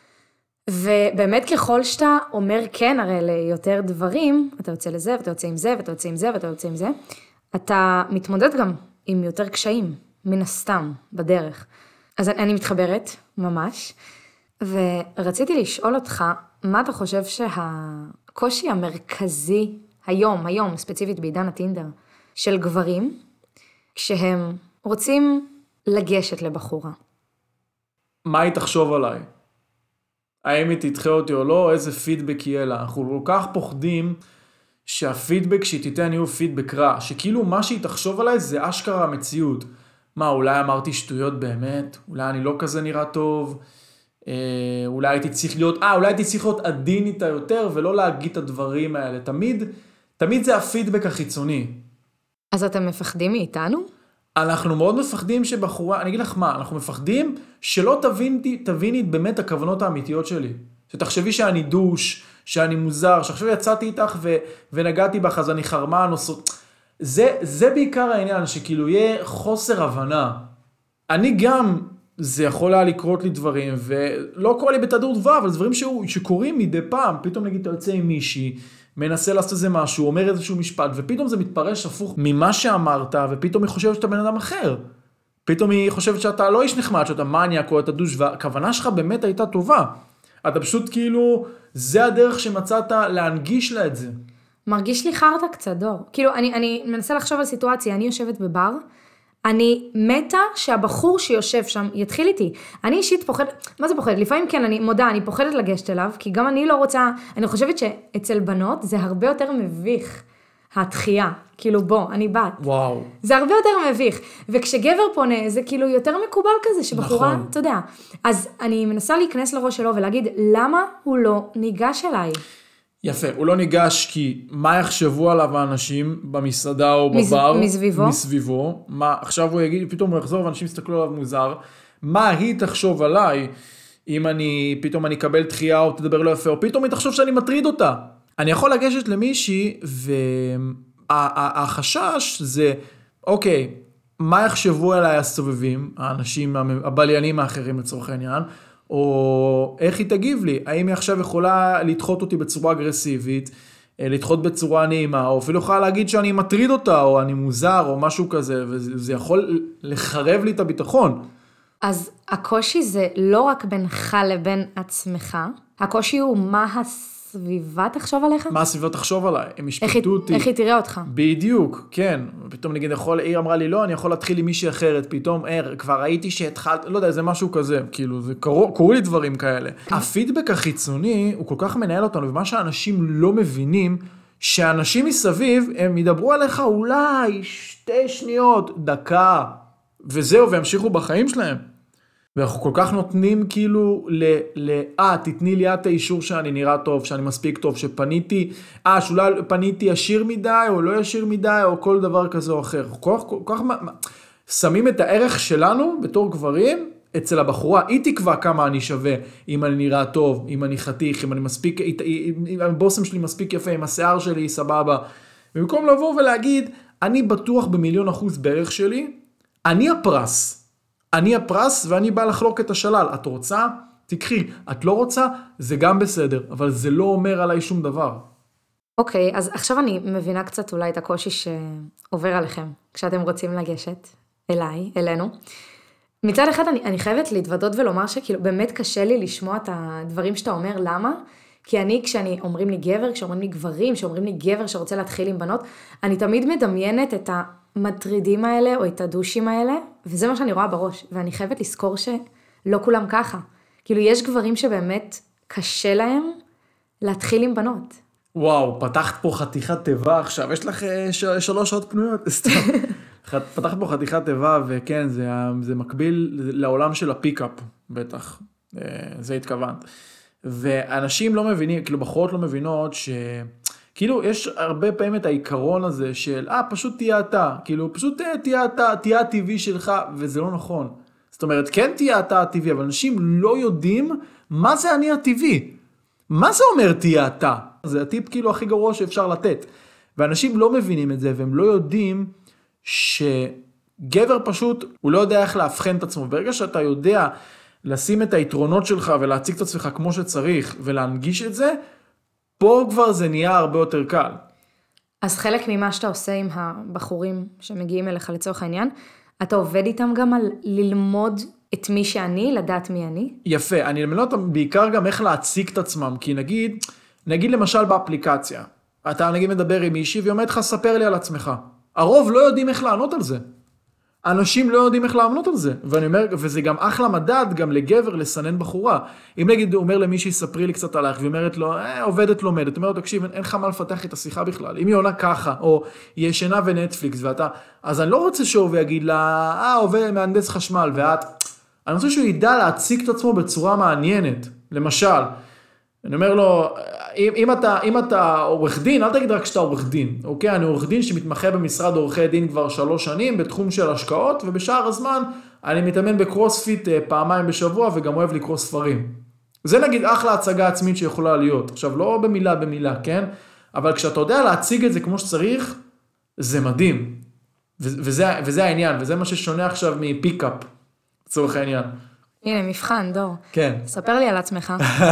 ובאמת ככל שאתה אומר כן הרי ליותר דברים, אתה יוצא לזה, ואתה יוצא עם זה, ואתה יוצא עם זה, ואתה יוצא עם זה, אתה מתמודד גם עם יותר קשיים, מן הסתם, בדרך. אז אני מתחברת, ממש, ורציתי לשאול אותך, מה אתה חושב שהקושי המרכזי היום, היום, ספציפית בעידן הטינדר, של גברים, כשהם רוצים לגשת לבחורה? מה היא תחשוב עליי? האם היא תדחה אותי או לא? איזה פידבק יהיה לה? אנחנו כל כך פוחדים שהפידבק שהיא תיתן יהיו פידבק רע, שכאילו מה שהיא תחשוב עליי זה אשכרה המציאות. מה, אולי אמרתי שטויות באמת? אולי אני לא כזה נראה טוב? אה, אולי הייתי צריך להיות, אה, אולי הייתי צריך להיות עדין איתה יותר, ולא להגיד את הדברים האלה. תמיד, תמיד זה הפידבק החיצוני. אז אתם מפחדים מאיתנו? אנחנו מאוד מפחדים שבחורה, אני אגיד לך מה, אנחנו מפחדים שלא תביני, תביני באמת הכוונות האמיתיות שלי. שתחשבי שאני דוש, שאני מוזר, שעכשיו יצאתי איתך ו, ונגעתי בך, אז אני חרמן או סוט. זה, זה בעיקר העניין, שכאילו יהיה חוסר הבנה. אני גם, זה יכול היה לקרות לי דברים, ולא קורה לי בתדור דבר, אבל דברים שקורים מדי פעם, פתאום נגיד אתה יוצא עם מישהי, מנסה לעשות איזה משהו, אומר איזשהו משפט, ופתאום זה מתפרש הפוך ממה שאמרת, ופתאום היא חושבת שאתה בן אדם אחר. פתאום היא חושבת שאתה לא איש נחמד, שאתה מניאק או אתה דוש, והכוונה שלך באמת הייתה טובה. אתה פשוט כאילו, זה הדרך שמצאת להנגיש לה את זה. מרגיש לי חרטה קצת, דור. כאילו, אני, אני מנסה לחשוב על סיטואציה, אני יושבת בבר, אני מתה שהבחור שיושב שם יתחיל איתי. אני אישית פוחדת, מה זה פוחדת? לפעמים כן, אני מודה, אני פוחדת לגשת אליו, כי גם אני לא רוצה, אני חושבת שאצל בנות זה הרבה יותר מביך, התחייה. כאילו בוא, אני בת. וואו. זה הרבה יותר מביך. וכשגבר פונה, זה כאילו יותר מקובל כזה, שבחורה, נכון. אתה יודע. אז אני מנסה להיכנס לראש שלו ולהגיד, למה הוא לא ניגש אליי? יפה, הוא לא ניגש כי מה יחשבו עליו האנשים במסעדה או בבר? מסביבו. מסביבו. מה, עכשיו הוא יגיד, פתאום הוא יחזור ואנשים יסתכלו עליו מוזר. מה היא תחשוב עליי אם אני, פתאום אני אקבל דחייה או תדבר לא יפה, או פתאום היא תחשוב שאני מטריד אותה. אני יכול לגשת למישהי והחשש זה, אוקיי, מה יחשבו עליי הסובבים, האנשים, הבליינים האחרים לצורך העניין, או איך היא תגיב לי, האם היא עכשיו יכולה לדחות אותי בצורה אגרסיבית, לדחות בצורה נעימה, או אפילו יכולה להגיד שאני מטריד אותה, או אני מוזר, או משהו כזה, וזה יכול לחרב לי את הביטחון. אז הקושי זה לא רק בינך לבין עצמך, הקושי הוא מה הסביבה תחשוב עליך? מה הסביבה תחשוב עליי, הם ישפטו אותי. איך היא תראה אותך? בדיוק, כן. פתאום נגיד, יכול, היא אמרה לי, לא, אני יכול להתחיל עם מישהי אחרת, פתאום, אה, כבר ראיתי שהתחלת, לא יודע, זה משהו כזה, כאילו, זה קרו, קורו לי דברים כאלה. הפידבק החיצוני הוא כל כך מנהל אותנו, ומה שאנשים לא מבינים, שאנשים מסביב, הם ידברו עליך אולי שתי שניות, דקה, וזהו, והמשיכו בחיים שלהם. ואנחנו כל כך נותנים כאילו ל, ל, אה, תתני לי את האישור שאני נראה טוב, שאני מספיק טוב, שפניתי, אה, שאולי פניתי ישיר מדי, או לא ישיר מדי, או כל דבר כזה או אחר. כל כך, כל כך, שמים את הערך שלנו בתור גברים, אצל הבחורה, היא תקבע כמה אני שווה, אם אני נראה טוב, אם אני חתיך, אם אני מספיק, אם הבוסם שלי מספיק יפה, אם השיער שלי סבבה. במקום לבוא ולהגיד, אני בטוח במיליון אחוז בערך שלי, אני הפרס. אני הפרס ואני בא לחלוק את השלל. את רוצה? תקחי. את לא רוצה? זה גם בסדר, אבל זה לא אומר עליי שום דבר. אוקיי, אז עכשיו אני מבינה קצת אולי את הקושי שעובר עליכם, כשאתם רוצים לגשת אליי, אלינו. מצד אחד אני, אני חייבת להתוודות ולומר שכאילו באמת קשה לי לשמוע את הדברים שאתה אומר, למה? כי אני, כשאני אומרים לי גבר, כשאומרים לי גברים, כשאומרים לי גבר שרוצה להתחיל עם בנות, אני תמיד מדמיינת את המטרידים האלה או את הדושים האלה, וזה מה שאני רואה בראש, ואני חייבת לזכור שלא כולם ככה. כאילו יש גברים שבאמת קשה להם להתחיל עם בנות. וואו, פתחת פה חתיכת טבע עכשיו, יש לך ש... שלוש שעות פנויות, סתם. פתחת פה חתיכת טבע, וכן, זה, זה מקביל לעולם של הפיקאפ, בטח, זה התכוונת. ואנשים לא מבינים, כאילו בחורות לא מבינות ש... כאילו יש הרבה פעמים את העיקרון הזה של, אה, פשוט תהיה אתה, כאילו פשוט תהיה אתה, תהיה הטבעי שלך, וזה לא נכון. זאת אומרת, כן תהיה אתה הטבעי, אבל אנשים לא יודעים מה זה אני הטבעי. מה זה אומר תהיה אתה? זה הטיפ כאילו הכי גרוע שאפשר לתת. ואנשים לא מבינים את זה, והם לא יודעים שגבר פשוט, הוא לא יודע איך להבחן את עצמו. ברגע שאתה יודע לשים את היתרונות שלך ולהציג את עצמך כמו שצריך, ולהנגיש את זה, פה כבר זה נהיה הרבה יותר קל. אז חלק ממה שאתה עושה עם הבחורים שמגיעים אליך לצורך העניין, אתה עובד איתם גם על ללמוד את מי שאני, לדעת מי אני? יפה, אני אלמד אותם בעיקר גם איך להציג את עצמם, כי נגיד, נגיד למשל באפליקציה, אתה נגיד מדבר עם מישהי והיא אומרת לך, ספר לי על עצמך. הרוב לא יודעים איך לענות על זה. אנשים לא יודעים איך לענות על זה, ואני אומר, וזה גם אחלה מדד, גם לגבר לסנן בחורה. אם נגיד הוא אומר למישהי, ספרי לי קצת עליך, והיא אומרת לו, אה, עובדת לומדת, אומר לו, תקשיב, אין לך מה לפתח את השיחה בכלל. אם היא עונה ככה, או היא ישנה ונטפליקס, ואתה, אז אני לא רוצה שהוא ויגיד לה, אה, עובד מהנדס חשמל, ואת, אני רוצה שהוא ידע להציג את עצמו בצורה מעניינת. למשל, אני אומר לו, אם, אם אתה, אם אתה עורך דין, אל תגיד רק שאתה עורך דין, אוקיי? אני עורך דין שמתמחה במשרד עורכי דין כבר שלוש שנים, בתחום של השקעות, ובשאר הזמן אני מתאמן בקרוספיט פעמיים בשבוע, וגם אוהב לקרוא ספרים. זה נגיד אחלה הצגה עצמית שיכולה להיות. עכשיו, לא במילה במילה, כן? אבל כשאתה יודע להציג את זה כמו שצריך, זה מדהים. וזה, וזה העניין, וזה מה ששונה עכשיו מפיקאפ, לצורך העניין. הנה, מבחן, דור. כן. ספר לי על עצמך.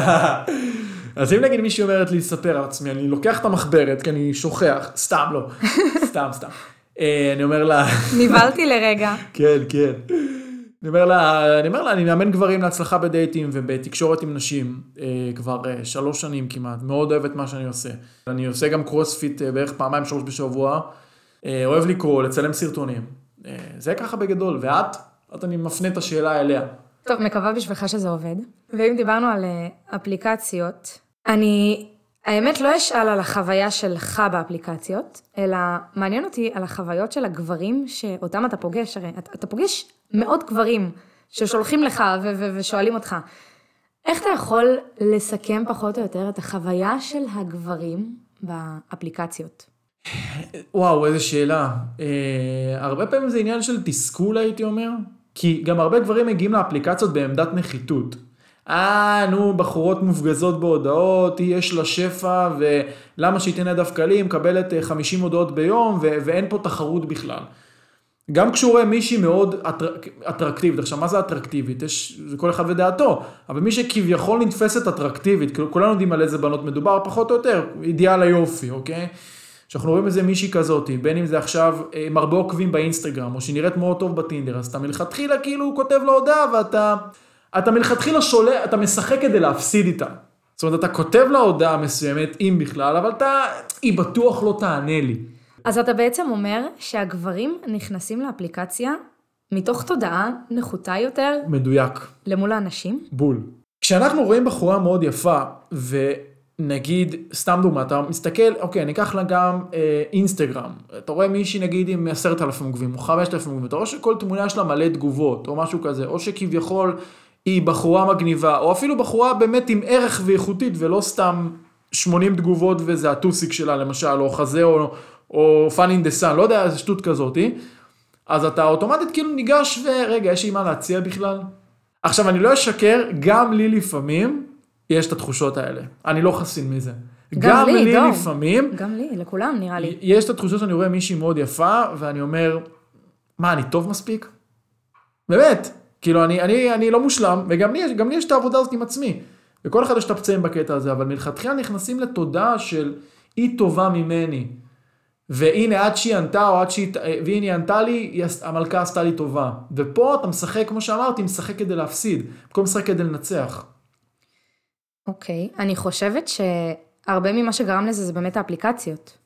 אז אם נגיד מישהי אומרת לי לספר על עצמי, אני לוקח את המחברת, כי אני שוכח, סתם לא, סתם, סתם. אני אומר לה... ניבלתי לרגע. כן, כן. אני אומר לה, אני אומר לה, אני מאמן גברים להצלחה בדייטים ובתקשורת עם נשים, כבר שלוש שנים כמעט, מאוד אוהב את מה שאני עושה. אני עושה גם קרוספיט בערך פעמיים שלוש בשבוע, אוהב לקרוא, לצלם סרטונים. זה ככה בגדול, ואת? את אני מפנה את השאלה אליה. טוב, מקווה בשבילך שזה עובד. ואם דיברנו על אפליקציות, אני, האמת לא אשאל על החוויה שלך באפליקציות, אלא מעניין אותי על החוויות של הגברים שאותם אתה פוגש, הרי אתה, אתה פוגש מאות גברים ששולחים לך ו- ו- ושואלים אותך, איך אתה יכול לסכם פחות או יותר את החוויה של הגברים באפליקציות? וואו, איזו שאלה. אה, הרבה פעמים זה עניין של תסכול, הייתי אומר. כי גם הרבה גברים מגיעים לאפליקציות בעמדת נחיתות. אה, נו, בחורות מופגזות בהודעות, יש לה שפע, ולמה שהיא תנה דווקא לי, מקבלת חמישים הודעות ביום, ו- ואין פה תחרות בכלל. גם כשהוא רואה מישהי מאוד אטרק... אטרקטיבית, עכשיו מה זה אטרקטיבית? יש, זה כל אחד ודעתו, אבל מי שכביכול נתפסת אטרקטיבית, כולנו יודעים על איזה בנות מדובר, פחות או יותר, אידיאל היופי, אוקיי? שאנחנו רואים איזה מישהי כזאת, בין אם זה עכשיו עם הרבה עוקבים באינסטגרם, או שנראית מאוד טוב בטינדר, אז אתה מלכתחילה כאילו הוא כותב לו הודעה, ואתה אתה מלכתחילה שולה, אתה משחק כדי להפסיד איתה. זאת אומרת, אתה כותב לה הודעה מסוימת, אם בכלל, אבל אתה, היא בטוח לא תענה לי. אז אתה בעצם אומר שהגברים נכנסים לאפליקציה מתוך תודעה נחותה יותר. מדויק. למול האנשים? בול. כשאנחנו רואים בחורה מאוד יפה, ונגיד, סתם דוגמה, אתה מסתכל, אוקיי, אני אקח לה גם אה, אינסטגרם. אתה רואה מישהי נגיד עם עשרת אלפים עוקבים, או חמשת אלפים עוקבים, אתה רואה שכל תמונה שלה מלא תגובות, או משהו כזה, או שכביכול היא בחורה מגניבה, או אפילו בחורה באמת עם ערך ואיכותית, ולא סתם שמונים תגובות וזה הטוסיק שלה, למשל, או חזה, או, או פן אין דה סן, לא יודע, איזה שטות כזאת, אז אתה אוטומטית כאילו ניגש ורגע, יש לי מה להציע בכלל? עכשיו, אני לא אשקר, גם לי לפעמים יש את התחושות האלה. אני לא חסין מזה. גם, גם לי, לי לפעמים. גם לי, לכולם נראה לי. יש את התחושות שאני רואה מישהי מאוד יפה, ואני אומר, מה, אני טוב מספיק? באמת. כאילו, אני, אני, אני לא מושלם, וגם לי, גם לי יש את העבודה הזאת עם עצמי. וכל אחד יש את הפצעים בקטע הזה, אבל מלכתחילה נכנסים לתודעה של היא טובה ממני. והנה, עד שהיא ענתה, או עד שהיא, והנה היא ענתה לי, המלכה עשתה לי טובה. ופה אתה משחק, כמו שאמרתי, משחק כדי להפסיד, במקום משחק כדי לנצח. אוקיי, okay. אני חושבת שהרבה ממה שגרם לזה זה באמת האפליקציות.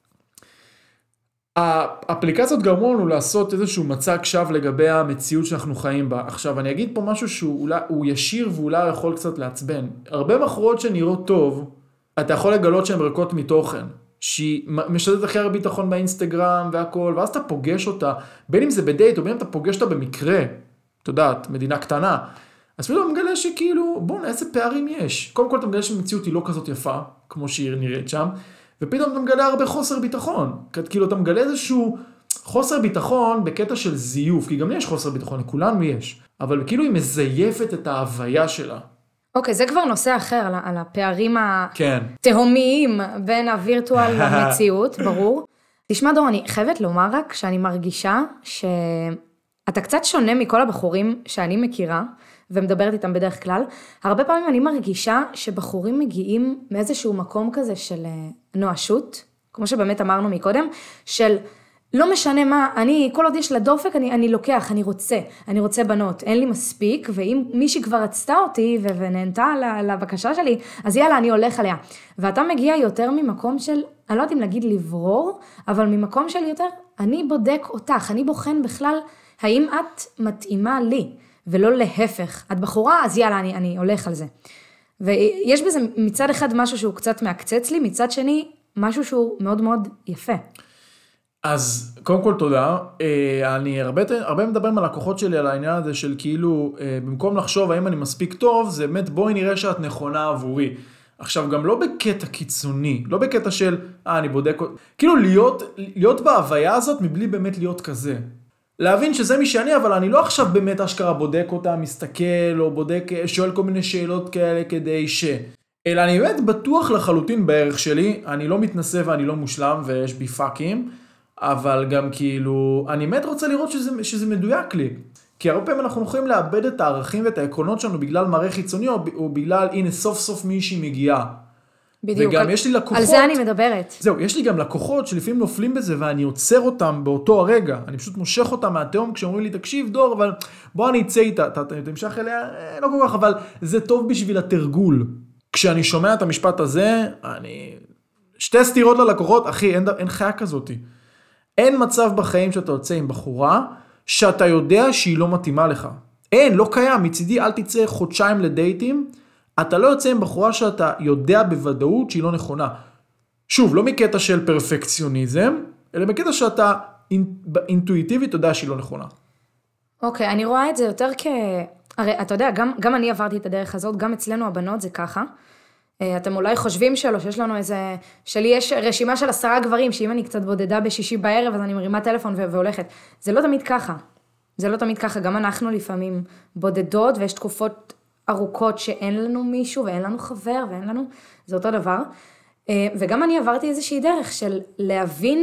האפליקציות גרמו לנו לעשות איזשהו מצג שווא לגבי המציאות שאנחנו חיים בה. עכשיו, אני אגיד פה משהו שהוא ישיר ואולי יכול קצת לעצבן. הרבה בחורות שנראות טוב, אתה יכול לגלות שהן ריקות מתוכן. שהיא משתתת אחרי הרבה ביטחון באינסטגרם והכל, ואז אתה פוגש אותה, בין אם זה בדייט או בין אם אתה פוגש אותה במקרה, אתה יודעת, מדינה קטנה, אז פתאום אתה מגלה שכאילו, בוא, איזה פערים יש. קודם כל אתה מגלה שהמציאות היא לא כזאת יפה, כמו שהיא נראית שם, ופתאום אתה מגלה הרבה חוסר ביטחון. כאילו אתה מגלה איזשהו חוסר ביטחון בקטע של זיוף, כי גם לי יש חוסר ביטחון, לכולנו יש. אבל כאילו היא מזייפת את ההוויה שלה. אוקיי, זה כבר נושא אחר, על, על הפערים כן. התהומיים בין הווירטואל למציאות, ברור. תשמע דור, אני חייבת לומר רק שאני מרגישה שאתה קצת שונה מכל הבחורים שאני מכירה, ומדברת איתם בדרך כלל. הרבה פעמים אני מרגישה שבחורים מגיעים מאיזשהו מקום כזה של נואשות, כמו שבאמת אמרנו מקודם, של לא משנה מה, אני, כל עוד יש לה דופק, אני, אני לוקח, אני רוצה, אני רוצה בנות, אין לי מספיק, ואם מישהי כבר רצתה אותי ו- ונהנתה לבקשה שלי, אז יאללה, אני הולך עליה. ואתה מגיע יותר ממקום של, אני לא יודעת אם להגיד לברור, אבל ממקום של יותר, אני בודק אותך, אני בוחן בכלל, האם את מתאימה לי, ולא להפך. את בחורה, אז יאללה, אני, אני הולך על זה. ויש בזה מצד אחד משהו שהוא קצת מעקצץ לי, מצד שני, משהו שהוא מאוד מאוד יפה. אז קודם כל תודה, אני הרבה, הרבה מדבר עם הלקוחות שלי על העניין הזה של כאילו, במקום לחשוב האם אני מספיק טוב, זה באמת בואי נראה שאת נכונה עבורי. עכשיו גם לא בקטע קיצוני, לא בקטע של, אה אני בודק, כאילו להיות, להיות בהוויה הזאת מבלי באמת להיות כזה. להבין שזה מי שאני, אבל אני לא עכשיו באמת אשכרה בודק אותה, מסתכל או בודק, שואל כל מיני שאלות כאלה כדי ש... אלא אני באמת בטוח לחלוטין בערך שלי, אני לא מתנסה ואני לא מושלם ויש בי פאקים, אבל גם כאילו, אני באמת רוצה לראות שזה, שזה מדויק לי. כי הרבה פעמים אנחנו יכולים לאבד את הערכים ואת העקרונות שלנו בגלל מראה חיצוני, או, או בגלל, הנה, סוף סוף מישהי מגיעה. בדיוק. וגם על, יש לי לקוחות... על זה אני מדברת. זהו, יש לי גם לקוחות שלפעמים נופלים בזה, ואני עוצר אותם באותו הרגע. אני פשוט מושך אותם מהתהום כשאומרים לי, תקשיב דור, אבל בוא אני אצא איתה, אתה תמשך אליה, לא כל כך, אבל זה טוב בשביל התרגול. כשאני שומע את המשפט הזה, אני... שתי סתירות ללקוחות, אחי, אין, אין חיה כזאת. אין מצב בחיים שאתה יוצא עם בחורה, שאתה יודע שהיא לא מתאימה לך. אין, לא קיים. מצידי, אל תצא חודשיים לדייטים, אתה לא יוצא עם בחורה שאתה יודע בוודאות שהיא לא נכונה. שוב, לא מקטע של פרפקציוניזם, אלא מקטע שאתה אינטואיטיבית יודע שהיא לא נכונה. אוקיי, אני רואה את זה יותר כ... הרי אתה יודע, גם, גם אני עברתי את הדרך הזאת, גם אצלנו הבנות זה ככה. אתם אולי חושבים שלו, שיש לנו איזה... שלי יש רשימה של עשרה גברים, שאם אני קצת בודדה בשישי בערב, אז אני מרימה טלפון והולכת. זה לא תמיד ככה. זה לא תמיד ככה. גם אנחנו לפעמים בודדות, ויש תקופות ארוכות שאין לנו מישהו, ואין לנו חבר, ואין לנו... זה אותו דבר. וגם אני עברתי איזושהי דרך של להבין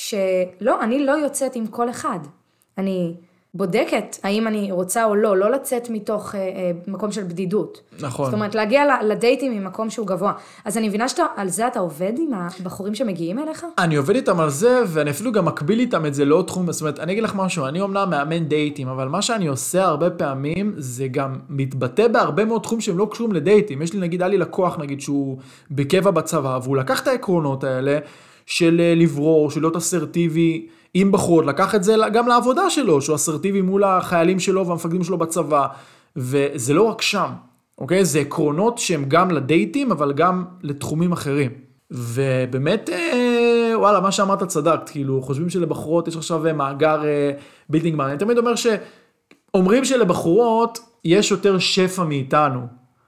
שלא, אני לא יוצאת עם כל אחד. אני בודקת האם אני רוצה או לא, לא לצאת מתוך אה, אה, מקום של בדידות. נכון. זאת אומרת, להגיע לדייטים ממקום שהוא גבוה. אז אני מבינה שעל זה אתה עובד עם הבחורים שמגיעים אליך? אני עובד איתם על זה, ואני אפילו גם מקביל איתם את זה לעוד תחום. זאת אומרת, אני אגיד לך משהו, אני אומנם מאמן דייטים, אבל מה שאני עושה הרבה פעמים, זה גם מתבטא בהרבה מאוד תחום שהם לא קשורים לדייטים. יש לי, נגיד, היה לי לקוח, נגיד, שהוא בקבע בצבא, והוא לקח את העקרונות האלה, של לברור, של להיות אסרטיבי עם בחורות, לקח את זה גם לעבודה שלו, שהוא אסרטיבי מול החיילים שלו והמפקדים שלו בצבא, וזה לא רק שם, אוקיי? זה עקרונות שהם גם לדייטים, אבל גם לתחומים אחרים. ובאמת, וואלה, מה שאמרת צדקת, כאילו, חושבים שלבחורות יש עכשיו מאגר בלתי נגמר. אני תמיד אומר שאומרים שלבחורות יש יותר שפע מאיתנו,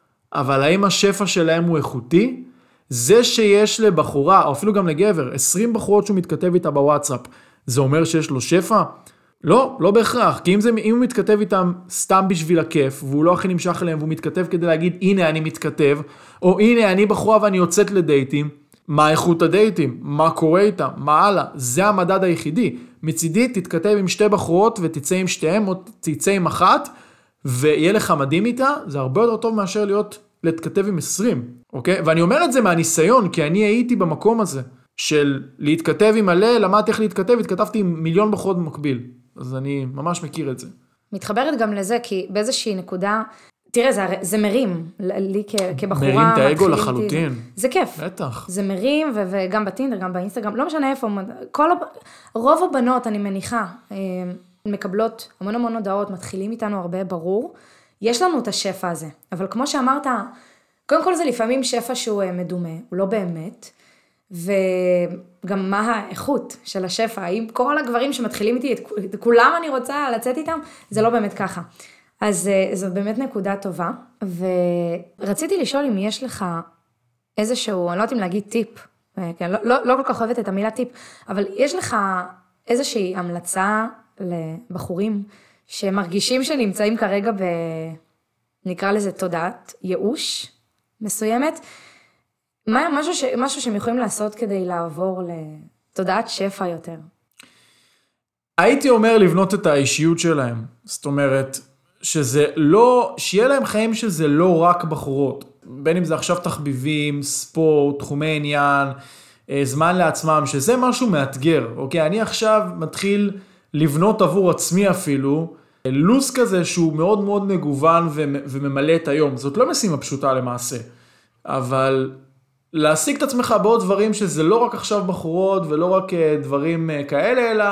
אבל האם השפע שלהם הוא איכותי? זה שיש לבחורה, או אפילו גם לגבר, עשרים בחורות שהוא מתכתב איתה בוואטסאפ, זה אומר שיש לו שפע? לא, לא בהכרח, כי אם, זה, אם הוא מתכתב איתם סתם בשביל הכיף, והוא לא הכי נמשך אליהם, והוא מתכתב כדי להגיד, הנה אני מתכתב, או הנה אני בחורה ואני יוצאת לדייטים, מה איכות הדייטים? מה קורה איתם? מה הלאה? זה המדד היחידי. מצידי תתכתב עם שתי בחורות ותצא עם שתיהם, או תצא עם אחת, ויהיה לך מדהים איתה, זה הרבה יותר טוב מאשר להיות להתכתב עם עשרים, אוקיי? ואני אומר את זה מהניסיון, כי אני הייתי במקום הזה, של להתכתב עם מלא, למדתי איך להתכתב, התכתבתי עם מיליון בחורות במקביל. אז אני ממש מכיר את זה. מתחברת גם לזה, כי באיזושהי נקודה, תראה, זה, זה מרים, לי כ, כבחורה... מרים את האגו לחלוטין. זה, זה כיף. בטח. זה מרים, ו, וגם בטינדר, גם באינסטגרם, לא משנה איפה, כל, הב... רוב הבנות, אני מניחה, מקבלות המון המון הודעות, מתחילים איתנו הרבה ברור, יש לנו את השפע הזה, אבל כמו שאמרת, קודם כל זה לפעמים שפע שהוא מדומה, הוא לא באמת, וגם מה האיכות של השפע, האם כל הגברים שמתחילים איתי, את כולם אני רוצה לצאת איתם, זה לא באמת ככה. אז זאת באמת נקודה טובה, ורציתי לשאול אם יש לך איזשהו, אני לא יודעת אם להגיד טיפ, כן, לא, לא, לא כל כך אוהבת את המילה טיפ, אבל יש לך איזושהי המלצה לבחורים שמרגישים שנמצאים כרגע ב... נקרא לזה תודעת ייאוש מסוימת, מה, משהו, ש, משהו שהם יכולים לעשות כדי לעבור לתודעת שפע יותר? הייתי אומר לבנות את האישיות שלהם, זאת אומרת, שזה לא, שיהיה להם חיים שזה לא רק בחורות, בין אם זה עכשיו תחביבים, ספורט, תחומי עניין, זמן לעצמם, שזה משהו מאתגר, אוקיי? אני עכשיו מתחיל לבנות עבור עצמי אפילו, לוס כזה שהוא מאוד מאוד מגוון וממלא את היום. זאת לא משימה פשוטה למעשה, אבל להשיג את עצמך בעוד דברים שזה לא רק עכשיו בחורות ולא רק דברים כאלה, אלא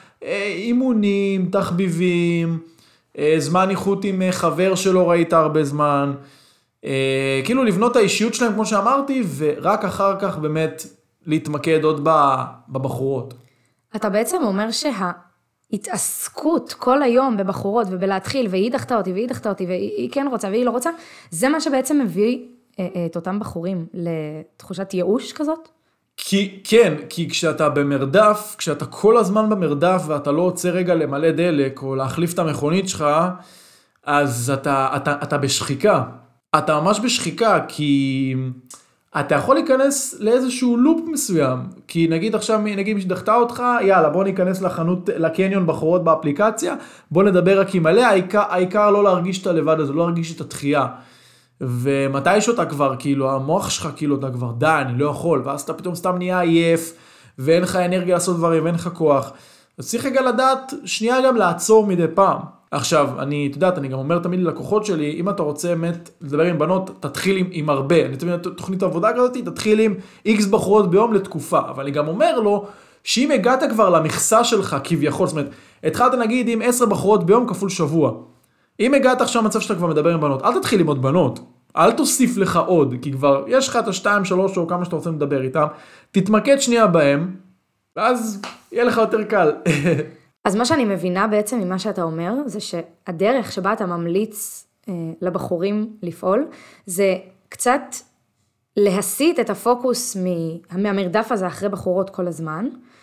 אימונים, תחביבים, זמן איכות עם חבר שלא ראית הרבה זמן, כאילו לבנות את האישיות שלהם כמו שאמרתי, ורק אחר כך באמת להתמקד עוד בבחורות. אתה בעצם אומר שה... התעסקות כל היום בבחורות ובלהתחיל, והיא דחתה אותי, והיא דחתה אותי, והיא כן רוצה, והיא לא רוצה, זה מה שבעצם מביא את אותם בחורים לתחושת ייאוש כזאת? כי, כן, כי כשאתה במרדף, כשאתה כל הזמן במרדף, ואתה לא רוצה רגע למלא דלק, או להחליף את המכונית שלך, אז אתה, אתה, אתה בשחיקה. אתה ממש בשחיקה, כי... אתה יכול להיכנס לאיזשהו לופ מסוים, כי נגיד עכשיו, נגיד מי שדחתה אותך, יאללה, בוא ניכנס לחנות, לקניון בחורות באפליקציה, בוא נדבר רק עם עליה, העיקר, העיקר לא להרגיש את הלבד הזה, לא להרגיש את התחייה. ומתי שאתה כבר, כאילו, המוח שלך, כאילו, אתה כבר, די, אני לא יכול, ואז אתה פתאום סתם נהיה עייף, ואין לך אנרגיה לעשות דברים, ואין לך כוח. אז צריך רגע לדעת, שנייה גם לעצור מדי פעם. עכשיו, אני, אתה יודעת, אני גם אומר תמיד ללקוחות שלי, אם אתה רוצה באמת לדבר עם בנות, תתחיל עם, עם הרבה. אני תמיד תוכנית עבודה כזאת, תתחיל עם איקס בחורות ביום לתקופה. אבל אני גם אומר לו, שאם הגעת כבר למכסה שלך כביכול, זאת אומרת, התחלת נגיד עם עשר בחורות ביום כפול שבוע. אם הגעת עכשיו מצב שאתה כבר מדבר עם בנות, אל תתחיל עם עוד בנות. אל תוסיף לך עוד, כי כבר יש לך את השתיים, שלוש או כמה שאתה רוצה לדבר איתם. תתמקד שנייה בהם, ואז יהיה לך יותר קל. אז מה שאני מבינה בעצם ממה שאתה אומר, זה שהדרך שבה אתה ממליץ אה, לבחורים לפעול, זה קצת להסיט את הפוקוס מהמרדף הזה אחרי בחורות כל הזמן,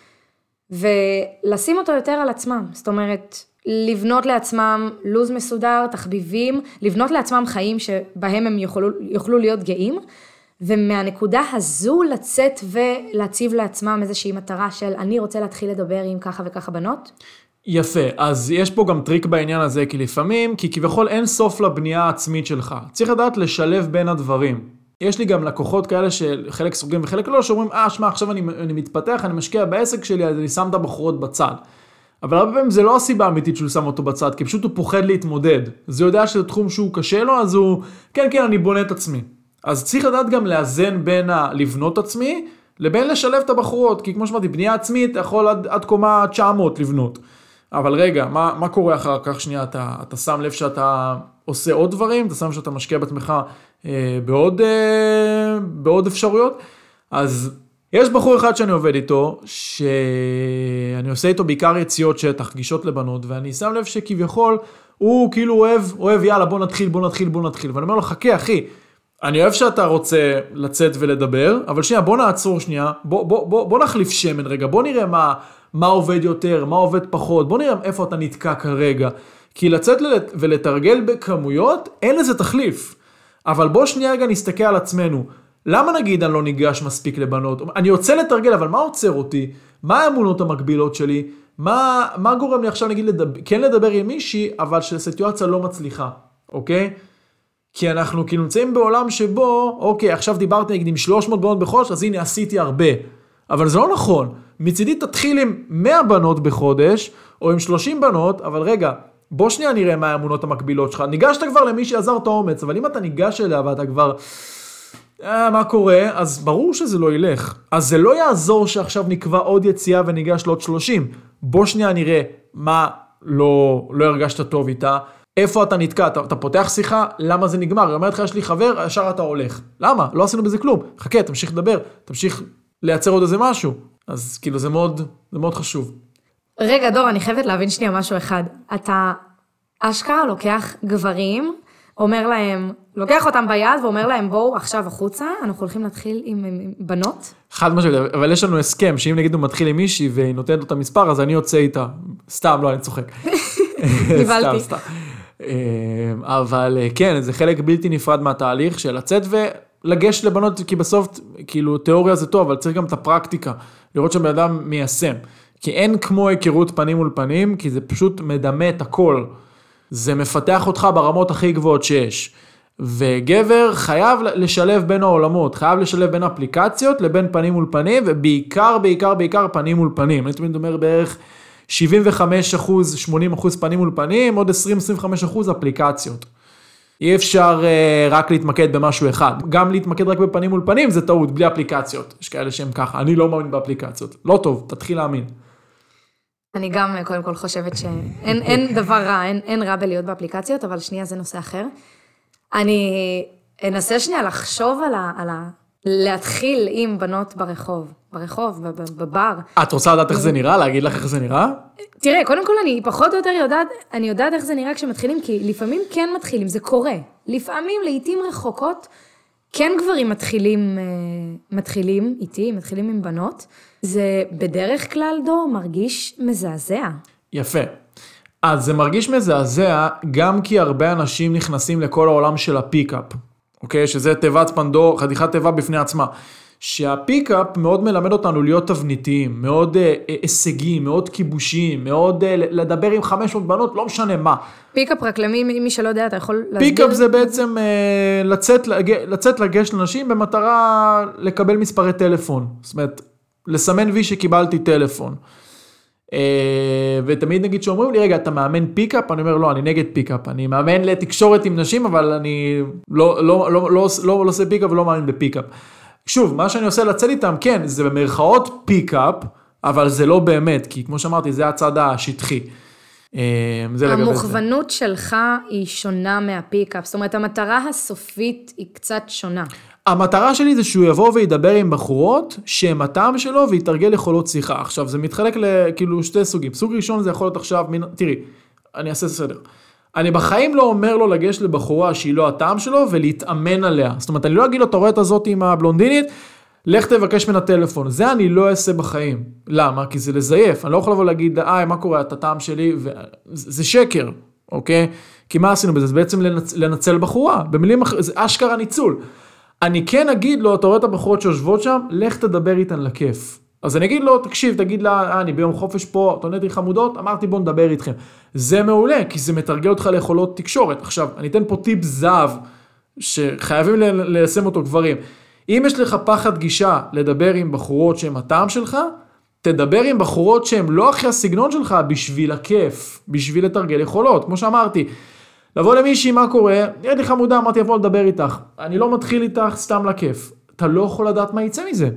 ולשים אותו יותר על עצמם. זאת אומרת, לבנות לעצמם לוז מסודר, תחביבים, לבנות לעצמם חיים שבהם הם יוכלו, יוכלו להיות גאים, ומהנקודה הזו לצאת ולהציב לעצמם איזושהי מטרה של אני רוצה להתחיל לדבר עם ככה וככה בנות. יפה, אז יש פה גם טריק בעניין הזה, כי לפעמים, כי כביכול אין סוף לבנייה העצמית שלך. צריך לדעת לשלב בין הדברים. יש לי גם לקוחות כאלה שחלק סוגרים וחלק לא, שאומרים, אה, שמה, עכשיו אני, אני מתפתח, אני משקיע בעסק שלי, אז אני שם את הבחורות בצד. אבל הרבה פעמים זה לא הסיבה האמיתית שהוא שם אותו בצד, כי פשוט הוא פוחד להתמודד. זה יודע שזה תחום שהוא קשה לו, אז הוא, כן, כן, אני בונה את עצמי. אז צריך לדעת גם לאזן בין לבנות עצמי, לבין לשלב את הבחורות, כי כמו שאמרתי, בנייה עצמית, אתה יכול עד, עד קומה תשע מאות לבנות. אבל רגע, מה, מה קורה אחר כך שנייה? אתה, אתה שם לב שאתה עושה עוד דברים, אתה שם שאתה משקיע בעצמך אה, בעוד, אה, בעוד אפשרויות. אז יש בחור אחד שאני עובד איתו, שאני עושה איתו בעיקר יציאות שטח, גישות לבנות, ואני שם לב שכביכול, הוא כאילו אוהב, אוהב, יאללה, בוא נתחיל, בוא נתחיל, בוא נתחיל. ואני אומר לו, חכה, אחי, אני אוהב שאתה רוצה לצאת ולדבר, אבל שנייה, בוא נעצור שנייה, בוא, בוא, בוא, בוא נחליף שמן רגע, בוא נראה מה, מה עובד יותר, מה עובד פחות, בוא נראה איפה אתה נתקע כרגע. כי לצאת ולתרגל בכמויות, אין לזה תחליף. אבל בוא שנייה רגע נסתכל על עצמנו. למה נגיד אני לא ניגש מספיק לבנות? אני רוצה לתרגל, אבל מה עוצר אותי? מה האמונות המקבילות שלי? מה, מה גורם לי עכשיו נגיד לדבר, כן לדבר עם מישהי, אבל שהסיטואציה לא מצליחה, אוקיי? כי אנחנו כאילו נמצאים בעולם שבו, אוקיי, עכשיו דיברתי נגיד עם שלוש מאות בנות בחודש, אז הנה עשיתי הרבה. אבל זה לא נכון. מצידי תתחיל עם מאה בנות בחודש, או עם שלושים בנות, אבל רגע, בוא שנייה נראה מה האמונות המקבילות שלך. ניגשת כבר למי שעזר את האומץ, אבל אם אתה ניגש אליה ואתה כבר, אה, מה קורה? אז ברור שזה לא ילך. אז זה לא יעזור שעכשיו נקבע עוד יציאה וניגש לעוד שלושים. בוא שנייה נראה מה לא, לא הרגשת טוב איתה. איפה אתה נתקע? אתה, אתה פותח שיחה, למה זה נגמר? היא אומרת לך, יש לי חבר, ישר אתה הולך. למה? לא עשינו בזה כלום. חכה, תמשיך לדבר, תמשיך לייצר עוד איזה משהו. אז כאילו זה מאוד, זה מאוד חשוב. רגע, דור, אני חייבת להבין שנייה משהו אחד. אתה אשכרה לוקח גברים, אומר להם, לוקח אותם ביד ואומר להם, בואו עכשיו החוצה, אנחנו הולכים להתחיל עם, עם בנות. חד משמעית, אבל יש לנו הסכם, שאם נגיד הוא מתחיל עם מישהי והיא נותנת לו את המספר, אז אני יוצא איתה. סתם, לא, אני צוחק. קיבלתי. סתם, סתם. אבל כן, זה חלק בלתי נפרד מהתהליך של לצאת ולגשת לבנות, כי בסוף, כאילו, תיאוריה זה טוב, אבל צריך גם את הפרקטיקה, לראות שבן אדם מיישם. כי אין כמו היכרות פנים מול פנים, כי זה פשוט מדמה את הכל. זה מפתח אותך ברמות הכי גבוהות שיש. וגבר חייב לשלב בין העולמות, חייב לשלב בין אפליקציות לבין פנים מול פנים, ובעיקר, בעיקר, בעיקר פנים מול פנים. אני תמיד אומר בערך שבעים וחמישה אחוז, שמונים אחוז פנים מול פנים, עוד עשרים עד עשרים וחמישה אחוז אפליקציות. אי אפשר uh, רק להתמקד במשהו אחד. גם להתמקד רק בפנים מול פנים זה טעות, בלי אפליקציות. יש כאלה שהם ככה, אני לא מאמין באפליקציות. לא טוב, תתחיל להאמין. אני גם קודם כל חושבת שאין אין דבר רע, אין, אין רע בלהיות באפליקציות, אבל שנייה זה נושא אחר. אני אנסה שנייה לחשוב על ה... על ה... להתחיל עם בנות ברחוב, ברחוב, בבר. את רוצה לדעת איך זה נראה? להגיד לך איך זה נראה? תראה, קודם כל אני פחות או יותר יודעת, אני יודעת איך זה נראה כשמתחילים, כי לפעמים כן מתחילים, זה קורה. לפעמים, לעתים רחוקות, כן גברים מתחילים, מתחילים איתי, מתחילים עם בנות. זה בדרך כלל דור מרגיש מזעזע. יפה. אז זה מרגיש מזעזע, גם כי הרבה אנשים נכנסים לכל העולם של הפיקאפ. אוקיי? שזה תיבת פנדור, חתיכת תיבה בפני עצמה. שהפיקאפ מאוד מלמד אותנו להיות תבניתיים, מאוד אה, הישגיים, מאוד כיבושיים, מאוד אה, לדבר עם חמש מאות בנות, לא משנה מה. פיקאפ רק למי מי שלא יודע, אתה יכול להסביר? פיקאפ זה בעצם אה, לצאת, לצאת לגש לנשים במטרה לקבל מספרי טלפון. זאת אומרת, לסמן וי שקיבלתי טלפון. ותמיד נגיד שאומרים לי, רגע, אתה מאמן פיקאפ? אני אומר, לא, אני נגד פיקאפ. אני מאמן לתקשורת עם נשים, אבל אני לא, לא, לא, לא, לא, לא עושה פיקאפ ולא מאמן בפיקאפ. שוב, מה שאני עושה לצאת איתם, כן, זה במרכאות פיקאפ, אבל זה לא באמת, כי כמו שאמרתי, זה הצד השטחי. המוכוונות שלך היא שונה מהפיקאפ, זאת אומרת, המטרה הסופית היא קצת שונה. המטרה שלי זה שהוא יבוא וידבר עם בחורות שהם הטעם שלו ויתרגל יכולות שיחה. עכשיו, זה מתחלק לכאילו שתי סוגים. סוג ראשון זה יכול להיות עכשיו, תראי, אני אעשה סדר. אני בחיים לא אומר לו לגש לבחורה שהיא לא הטעם שלו ולהתאמן עליה. זאת אומרת, אני לא אגיד לו, אתה רואה את הזאת עם הבלונדינית, לך תבקש מן הטלפון. זה אני לא אעשה בחיים. למה? כי זה לזייף. אני לא יכול לבוא להגיד, אה, מה קורה, את הטעם שלי, זה שקר, אוקיי? כי מה עשינו בזה? זה בעצם לנצ... לנצל בחורה. במילים אחרות, זה אשכרה ניצול. אני כן אגיד לו, אתה רואה את הבחורות שיושבות שם, לך תדבר איתן לכיף. אז אני אגיד לו, תקשיב, תגיד לה, אה, אני ביום חופש פה, אתה עונת לי חמודות, אמרתי בוא נדבר איתכם. זה מעולה, כי זה מתרגל אותך ליכולות תקשורת. עכשיו, אני אתן פה טיפ זהב, שחייבים ליישם אותו גברים. אם יש לך פחד גישה לדבר עם בחורות שהן הטעם שלך, תדבר עם בחורות שהן לא אחרי הסגנון שלך, בשביל הכיף, בשביל לתרגל יכולות. כמו שאמרתי, לבוא למישהי, מה קורה? נראית לי חמודה, אמרתי, אבוא לדבר איתך. אני לא מתחיל איתך סתם לכיף. אתה לא יכול לדעת מה יצא מזה.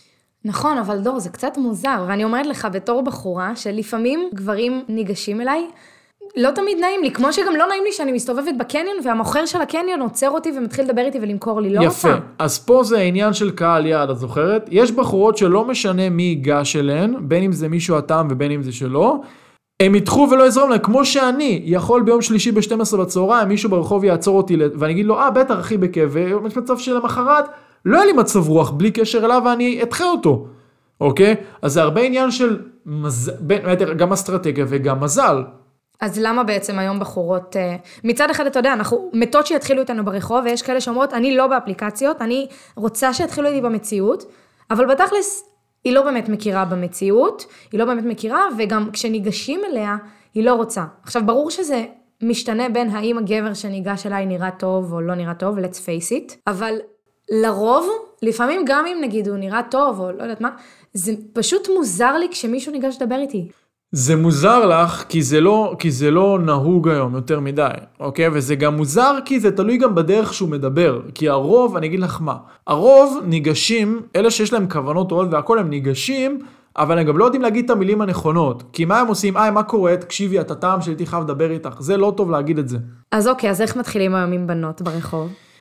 נכון, אבל דור, זה קצת מוזר, ואני אומרת לך בתור בחורה, שלפעמים גברים ניגשים אליי, לא תמיד נעים לי, כמו שגם לא נעים לי שאני מסתובבת בקניון, והמוכר של הקניון עוצר אותי ומתחיל לדבר איתי ולמכור לי, לא יפה. רוצה. אז פה זה העניין של קהל יעד, את זוכרת? יש בחורות שלא משנה מי ייגש אליהן, בין אם זה מישהו הטעם ובין אם זה שלא, הם ידחו ולא יזרום להם, כמו שאני יכול ביום שלישי ב-שתים עשרה בצהריים, מישהו ברחוב יעצור אותי, ואני אגיד לו, אה, בטח, אחי, בכיף, ויש מצב של המחרת, לא היה לי מצב רוח, בלי קשר אליו, ואני אתחה אותו, אוקיי? אז זה הרבה עניין של מז... גם אסטרטגיה וגם מזל. אז למה בעצם היום בחורות, מצד אחד אתה יודע, אנחנו מתות שיתחילו איתנו ברחוב, ויש כאלה שאומרות, אני לא באפליקציות, אני רוצה שיתחילו איתי במציאות, אבל בתכלס, היא לא באמת מכירה במציאות, היא לא באמת מכירה, וגם כשניגשים אליה, היא לא רוצה. עכשיו, ברור שזה משתנה בין האם הגבר שניגש אליי נראה טוב או לא נראה טוב, let's face it, אבל לרוב, לפעמים גם אם נגיד הוא נראה טוב או לא יודעת מה, זה פשוט מוזר לי כשמישהו ניגש לדבר איתי. זה מוזר לך כי זה לא, כי זה לא נהוג היום יותר מדי, אוקיי? וזה גם מוזר כי זה תלוי גם בדרך שהוא מדבר. כי הרוב, אני אגיד לך מה, הרוב ניגשים, אלה שיש להם כוונות טובות והכל הם ניגשים, אבל הם גם לא יודעים להגיד את המילים הנכונות. כי מה הם עושים? אה, מה קורה? תקשיבי, את הטעם שהייתי חייב לדבר איתך. זה לא טוב להגיד את זה. אז אוקיי, אז איך מתחילים היום עם בנות ברחוב?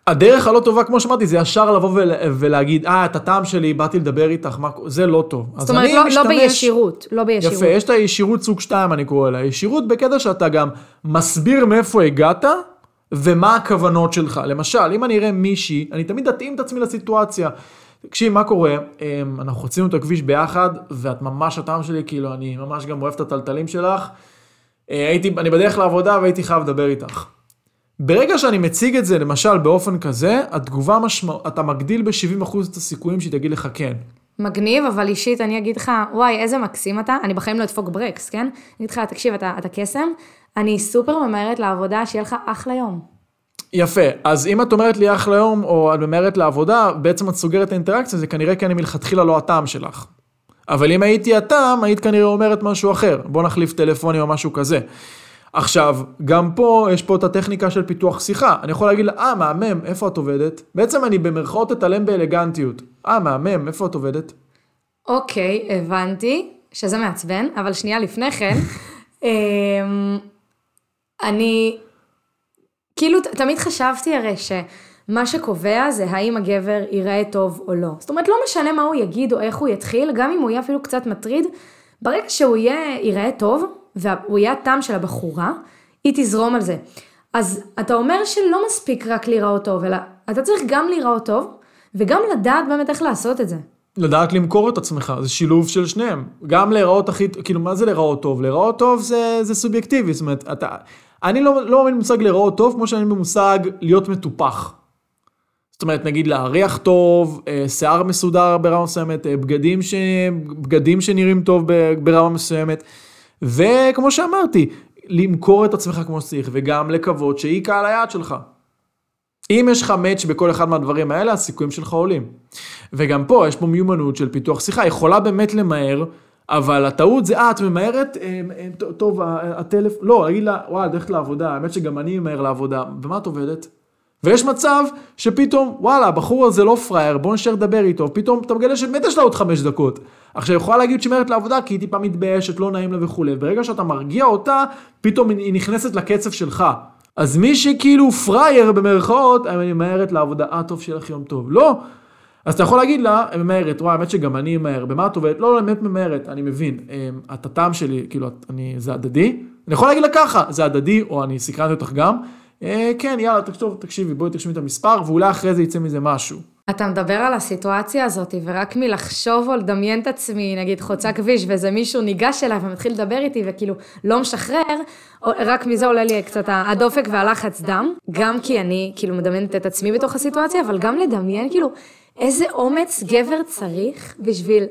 הדרך הלא טובה, כמו שאמרתי, זה ישר לבוא ולהגיד, אה, את הטעם שלי, באתי לדבר איתך, זה לא טוב. זאת אומרת, לא בישירות, לא בישירות. יפה, יש את הישירות סוג שתיים, אני קורא לה. ישירות בקטע שאתה גם מסביר מאיפה הגעת, ומה הכוונות שלך. למשל, אם אני אראה מישהי, אני תמיד אתאים את עצמי לסיטואציה. תקשיב, מה קורה? אנחנו חוצים את הכביש ביחד, ואת ממש הטעם שלי, כאילו, אני ממש גם אוהב את הטלטלים שלך. הייתי, אני בדרך לעבודה, והייתי חייב לדבר איתך. ברגע שאני מציג את זה, למשל, באופן כזה, התגובה משמע... אתה מגדיל ב-שבעים אחוז את הסיכויים שהיא תגיד לך כן. מגניב, אבל אישית אני אגיד לך, וואי, איזה מקסים אתה, אני בחיים לא אדפוק ברקס, כן? אני אגיד לך, תקשיב, אתה, אתה קסם, אני סופר ממהרת לעבודה, שיהיה לך אחלה יום. יפה, אז אם את אומרת לי אחלה יום, או את ממהרת לעבודה, בעצם את סוגרת את האינטראקציה, זה כנראה כי אני מלכתחילה לא הטעם שלך. אבל אם הייתי הטעם, היית כנראה אומרת משהו אחר. בוא נחליף טלפונים או משהו כזה. עכשיו, גם פה, יש פה את הטכניקה של פיתוח שיחה. אני יכול להגיד לה, אה, מהמם, איפה את עובדת? בעצם אני במרכאות אתעלם באלגנטיות. אה, מהמם, איפה את עובדת? אוקיי, הבנתי, שזה מעצבן, אבל שנייה לפני כן, אני, כאילו, תמיד חשבתי הרי שמה שקובע זה האם הגבר ייראה טוב או לא. זאת אומרת, לא משנה מה הוא יגיד או איך הוא יתחיל, גם אם הוא יהיה אפילו קצת מטריד, ברגע שהוא יהיה, ייראה טוב, והוא יהיה הטעם של הבחורה, היא תזרום על זה. אז אתה אומר שלא מספיק רק להיראות טוב, אלא אתה צריך גם להיראות טוב, וגם לדעת באמת איך לעשות את זה. לדעת למכור את עצמך, זה שילוב של שניהם. גם להיראות הכי, כאילו, מה זה להיראות טוב? להיראות טוב זה, זה סובייקטיבי, זאת אומרת, אתה, אני לא, לא מאמין במושג להיראות טוב, כמו שאני במושג להיות מטופח. זאת אומרת, נגיד להריח טוב, שיער מסודר ברמה מסוימת, בגדים, ש... בגדים שנראים טוב ברמה מסוימת, וכמו שאמרתי, למכור את עצמך כמו שצריך, וגם לקוות שהיא קהל היעד שלך. אם יש לך מאץ' בכל אחד מהדברים האלה, הסיכויים שלך עולים. וגם פה יש פה מיומנות של פיתוח שיחה, יכולה באמת למהר, אבל הטעות זה, אה, את ממהרת, טוב, הטלפון, לא, להגיד לה, וואי, דרך לעבודה, האמת שגם אני ממהר לעבודה, ומה את עובדת? ויש מצב שפתאום, וואלה, הבחור הזה לא פרייר, בוא נשאר לדבר איתו, פתאום אתה מגלה שבאמת יש לה עוד חמש דקות. עכשיו, יכולה להגיד שמרת לעבודה, כי היא טיפה מתביישת, לא נעים לה וכו'. ברגע שאתה מרגיע אותה, פתאום היא נכנסת לקצב שלך. אז מי שכאילו פרייר במרכאות, היא ממהרת לעבודה, אה, טוב, שיהיה לך יום טוב. לא. אז אתה יכול להגיד לה, היא ממהרת, וואי, האמת שגם אני ממהר, במה את עובדת? לא, לא, באמת ממהרת, אני מבין. את הטעם שלי, כאילו, אני, זה הדדי. אני יכול להגיד לה ככה, זה הדדי, או אני סקרנתי אותך גם. כן, יאללה, תקשיב, תקשיבי, בואי תרשמי את המספר, ואולי אחרי זה יצא מזה משהו. אתה מדבר על הסיטואציה הזאת, ורק מלחשוב או לדמיין את עצמי, נגיד חוצה כביש, ואיזה מישהו ניגש אליי ומתחיל לדבר איתי, וכאילו לא משחרר, רק מזה עולה לי קצת הדופק והלחץ דם, גם כי אני כאילו מדמיינת את עצמי בתוך הסיטואציה, אבל גם לדמיין כאילו איזה אומץ גבר צריך בשביל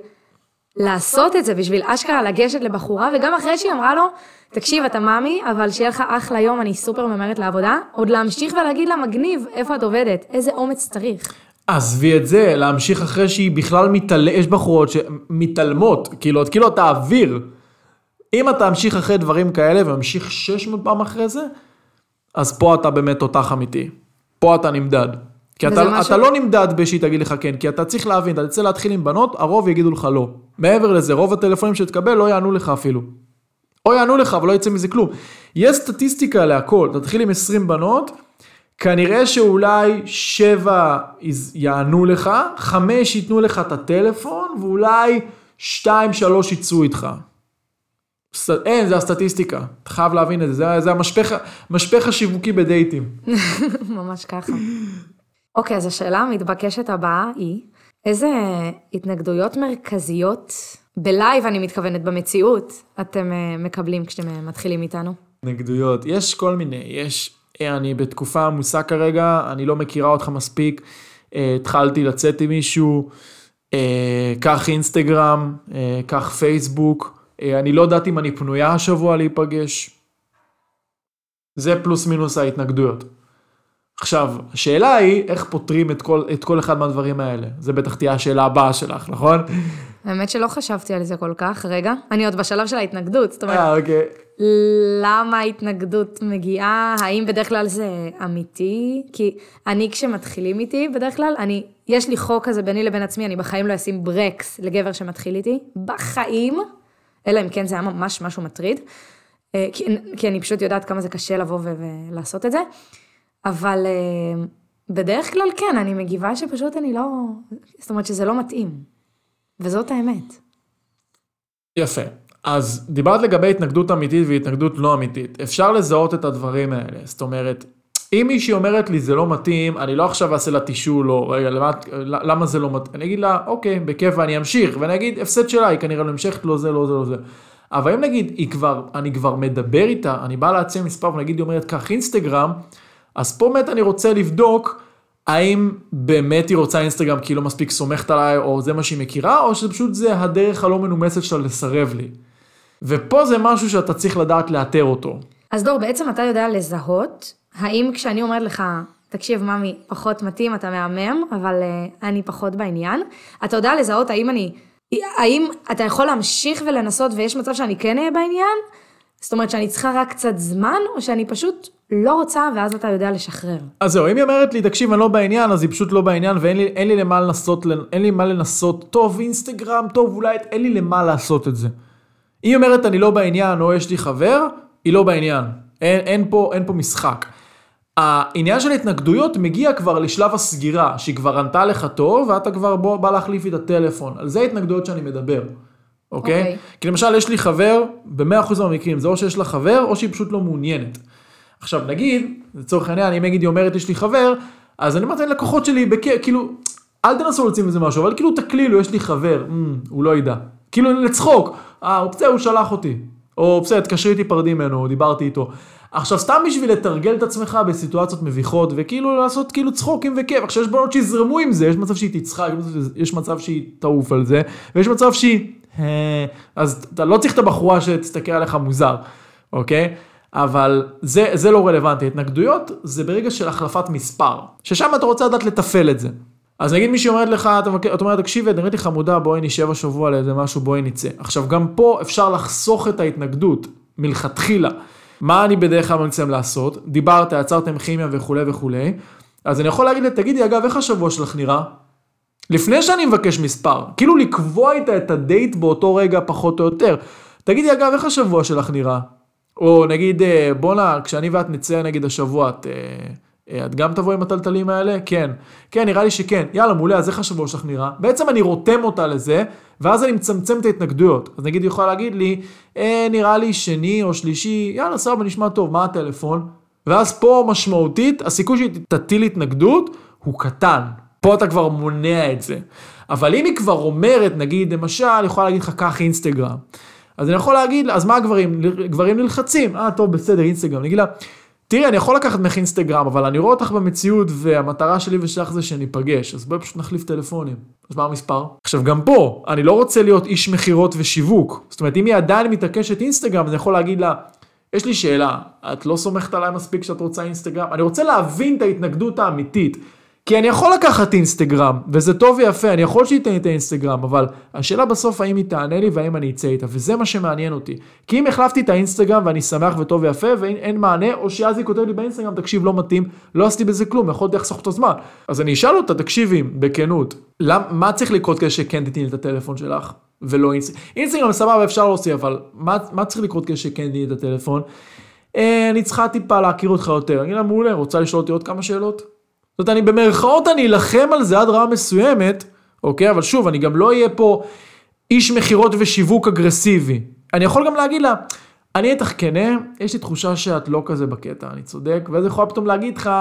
לעשות את זה, בשביל אשכרה לגשת לבחורה, וגם אחרי שהיא אמרה לו, תקשיב, אתה מאמי, אבל שיהיה לך אחלה יום, אני סופר ממהרת לעבודה, עוד להמשיך ולהגיד לה, מגניב, איפה את עובדת? איזה אומץ צריך. עזבי את זה, להמשיך אחרי שהיא בכלל מתעלמת, יש בחורות שמתעלמות, כאילו, כאילו אתה אוויר. אם אתה תמשיך אחרי דברים כאלה, וממשיך שש מאות פעם אחרי זה, אז פה אתה באמת אותך אמיתי. פה אתה נמדד. כי אתה, משהו... אתה לא נמדד בשהיא תגיד לך כן, כי אתה צריך להבין, אתה צריך להתחיל עם בנות, הרוב יגידו לך לא. מעבר לזה, רוב הטלפונים שתקבל לא יענו לך אפילו. או יענו לך, אבל לא יצא מזה כלום. יש סטטיסטיקה להכל, תתחיל עם עשרים בנות, כנראה שאולי שבע יענו לך, חמש ייתנו לך את הטלפון, ואולי שתיים, שלוש יצאו איתך. אין, זה הסטטיסטיקה. אתה חייב להבין את זה, זה, זה המשפך, המשפך השיווקי בדייטים. ממש ככה. אוקיי, אז השאלה המתבקשת הבאה היא, איזה התנגדויות מרכזיות, בלייב אני מתכוונת במציאות, אתם מקבלים כשאתם מתחילים איתנו? התנגדויות, יש כל מיני, יש, אני בתקופה עמוסה כרגע, אני לא מכירה אותך מספיק, התחלתי לצאת עם מישהו, כך אינסטגרם, כך פייסבוק, אני לא יודעת אם אני פנויה השבוע להיפגש, זה פלוס מינוס ההתנגדויות. עכשיו, השאלה היא, איך פותרים את כל, את כל אחד מהדברים האלה? זה בטח תהיה השאלה הבאה שלך, נכון? האמת שלא חשבתי על זה כל כך, רגע, אני עוד בשלב של ההתנגדות, זאת אומרת, אה, אוקיי. למה ההתנגדות מגיעה? האם בדרך כלל זה אמיתי? כי אני כשמתחילים איתי, בדרך כלל, אני, יש לי חוק כזה ביני לבין עצמי, אני בחיים לא אשים ברקס לגבר שמתחיל איתי, בחיים, אלא אם כן זה היה ממש משהו מטריד, כי, כי אני פשוט יודעת כמה זה קשה לבוא ולעשות את זה, אבל בדרך כלל כן, אני מגיבה שפשוט אני לא, זאת אומרת שזה לא מתאים. וזאת האמת. יפה. אז דיברת לגבי התנגדות אמיתית והתנגדות לא אמיתית. אפשר לזהות את הדברים האלה. זאת אומרת, אם מישהי אומרת לי זה לא מתאים, אני לא עכשיו אעשה לה תישול, או רגע, למה, למה זה לא מתאים? אני אגיד לה, אוקיי, בכיף, ואני אמשיך, ואני אגיד, הפסד שלה, היא כנראה לא המשכת, לא זה, לא זה, לא זה. אבל אם נגיד, היא כבר, אני כבר מדבר איתה, אני בא להציע מספר, ונגיד, היא אומרת כך אינסטגרם, אז פה באמת אני רוצה לבדוק, האם באמת היא רוצה אינסטגרם כי היא לא מספיק סומכת עליי, או זה מה שהיא מכירה, או שזה פשוט זה הדרך הלא מנומסת שלה לסרב לי. ופה זה משהו שאתה צריך לדעת לאתר אותו. אז דור, בעצם אתה יודע לזהות, האם כשאני אומרת לך, תקשיב ממי, פחות מתאים, אתה מהמם, אבל uh, אני פחות בעניין, אתה יודע לזהות האם אני, האם אתה יכול להמשיך ולנסות, ויש מצב שאני כן אהיה בעניין, זאת אומרת שאני צריכה רק קצת זמן, או שאני פשוט לא רוצה, ואז אתה יודע לשחרר. אז זהו, אם היא אומרת לי, תקשיב, אני לא בעניין, אז היא פשוט לא בעניין, ואין לי, אין לי למה לנסות, אין לי מה לנסות, טוב, אינסטגרם, טוב, אולי אין לי למה לעשות את זה. היא אומרת, אני לא בעניין, או יש לי חבר, היא לא בעניין. אין, אין פה, אין פה משחק. העניין של התנגדויות מגיע כבר לשלב הסגירה, שהיא כבר ענתה לך טוב, ואתה כבר בוא, בא להחליף את הטלפון. על זה ההתנגדויות שאני מדבר. אוקיי? Okay. כי למשל, יש לי חבר, ב-מאה אחוז מהמקרים, זה או שיש לה חבר, או שהיא פשוט לא מעוניינת. עכשיו, נגיד, לצורך העניין, אם נגיד היא אומרת, יש לי חבר, אז אני אומרת, לקוחות שלי, בכ... כאילו, אל תנסו לצים בזה משהו, אבל כאילו תקלילו, יש לי חבר, mm, הוא לא ידע. כאילו, לצחוק, אה, הוא בסדר, הוא שלח אותי. או בסדר, תקשרי איתי פרדים ממנו, או דיברתי איתו. עכשיו, סתם בשביל לתרגל את עצמך בסיטואציות מביכות, וכאילו לעשות כאילו צחוקים וכיף. עכשיו, יש בנות שיזרמו עם זה, יש מצב שהיא תצחק, יש מצב שהיא תעוף על זה, ויש מצב שהיא, אז אתה לא צריך את הבחורה שתסתכל עליך מוזר, אוקיי? אבל זה, זה לא רלוונטי. התנגדויות זה ברגע של החלפת מספר, ששם אתה רוצה לדעת לתפעל את זה. אז נגיד מישהי אומרת לך, אתה אומר, תקשיבי, נראית לי חמודה, בואי נשב השבוע לאיזה משהו, בואי נצא. עכשיו, גם פה אפשר לחסוך את ההתנגדות מלכתחילה. מה אני בדרך כלל מנסים לעשות? דיברת, יצרתם כימיה וכו' וכו'. אז אני יכול להגיד לה, תגידי, אגב, איך השבוע שלך נראה? לפני שאני מבקש מספר, כאילו לקבוע איתה את הדייט באותו רגע פחות או יותר. תגידי, אגב, איך השבוע שלך נראה? או נגיד, בונה, כשאני ואת נצא נגיד השבוע, את, את גם תבוא עם הטלטלים האלה? כן. כן, נראה לי שכן. יאללה, מעולה, אז איך השבוע שלך נראה? בעצם אני רותם אותה לזה, ואז אני מצמצם את ההתנגדויות. אז נגיד, היא יכולה להגיד לי, אה, נראה לי שני או שלישי, יאללה, סבבה, נשמע טוב, מה הטלפון? ואז פה משמעותית, הסיכוי שתטיל התנגדות הוא קטן. פה אתה כבר מונע את זה. אבל אם היא כבר אומרת, נגיד, למשל, אני יכולה להגיד לך כך אינסטגרם. אז אני יכול להגיד, אז מה הגברים? גברים נלחצים. אה, טוב, בסדר, אינסטגרם. נגיד לה, תראי, אני יכול לקחת ממך אינסטגרם, אבל אני רואה אותך במציאות, והמטרה שלי ושלך זה שאני אפגש. אז בואי פשוט נחליף טלפונים. אז מה המספר? עכשיו, גם פה, אני לא רוצה להיות איש מחירות ושיווק. זאת אומרת, אם היא עדיין מתעקשת אינסטגרם, אז אני יכול להגיד לה, יש לי שאלה, את לא סומכת עליי מספיק שאת רוצה אינסטגרם? אני רוצה להבין את ההתנגדות האמיתית. כי אני יכול לקחת אינסטגרם, וזה טוב ויפה, אני יכול שייתן את האינסטגרם, אבל השאלה בסוף האם היא תענה לי והאם אני אצא איתה, וזה מה שמעניין אותי. כי אם החלפתי את האינסטגרם ואני שמח וטוב ויפה, ואין מענה, או שאז היא כותב לי באינסטגרם, תקשיב, לא מתאים, לא עשיתי בזה כלום, יכולתי לחסוך את הזמן. אז אני אשאל אותה, תקשיבי, בכנות, למ, מה צריך לקרות כדי שכן תתני את הטלפון שלך, ולא אינסטגרם? אינסטגרם סבבה, אפשר להוציא, אבל מה, מה צריך לקרות כדי שכן תתני את הטלפון? אה, אני צריכה טיפה להכיר אותך יותר. אני מעולה, רוצה לשאול אותי עוד כמה שאלות? זאת אומרת, אני במרכאות, אני אלחם על זה עד רעה מסוימת, אוקיי? אבל שוב, אני גם לא אהיה פה איש מחירות ושיווק אגרסיבי. אני יכול גם להגיד לה, אני איתך כנה, יש לי תחושה שאת לא כזה בקטע, אני צודק, ואז יכול פתאום להגיד לך,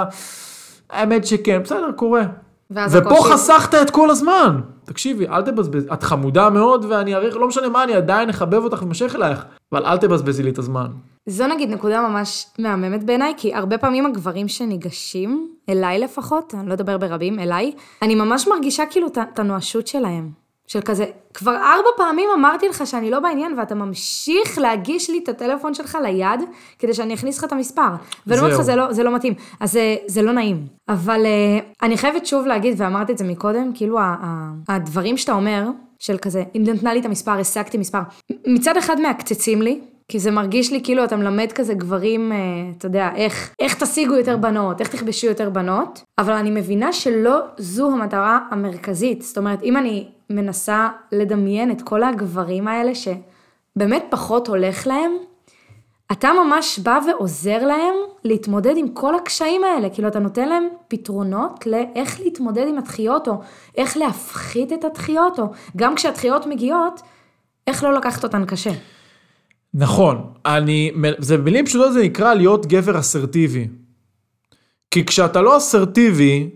האמת שכן, בסדר, קורה. ופה הקושי... חסכת את כל הזמן. תקשיבי, אל תבזבז, את חמודה מאוד, ואני אעריך, לא משנה מה, אני עדיין אחבב אותך ומשך אלייך, אבל אל תבזבזי לי את הזמן. זו נגיד נקודה ממש מהממת בעיניי, כי הרבה פעמים הגברים שניגשים, אליי לפחות, אני לא אדבר ברבים, אליי, אני ממש מרגישה כאילו את הנואשות שלהם. של כזה, כבר ארבע פעמים אמרתי לך שאני לא בעניין, ואתה ממשיך להגיש לי את הטלפון שלך ליד, כדי שאני אכניס לך את המספר. ואני אומרת לך, זה לא, זה לא מתאים. אז זה, זה לא נעים. אבל אני חייבת שוב להגיד, ואמרתי את זה מקודם, כאילו הדברים שאתה אומר, של כזה, אם נתנה לי את המספר, השגתי מספר, מצד אחד מהקצצים לי, כי זה מרגיש לי כאילו אתה מלמד כזה גברים, אתה יודע, איך, איך תשיגו יותר בנות, איך תכבשו יותר בנות, אבל אני מבינה שלא זו המטרה המרכזית. זאת אומרת, אם אני מנסה לדמיין את כל הגברים האלה שבאמת פחות הולך להם, אתה ממש בא ועוזר להם להתמודד עם כל הקשיים האלה, כאילו אתה נותן להם פתרונות לאיך להתמודד עם הדחיות, או איך להפחית את הדחיות, או גם כשהדחיות מגיעות, איך לא לקחת אותן קשה. נכון, אני, זה במילים פשוטות זה נקרא להיות גבר אסרטיבי. כי כשאתה לא אסרטיבי,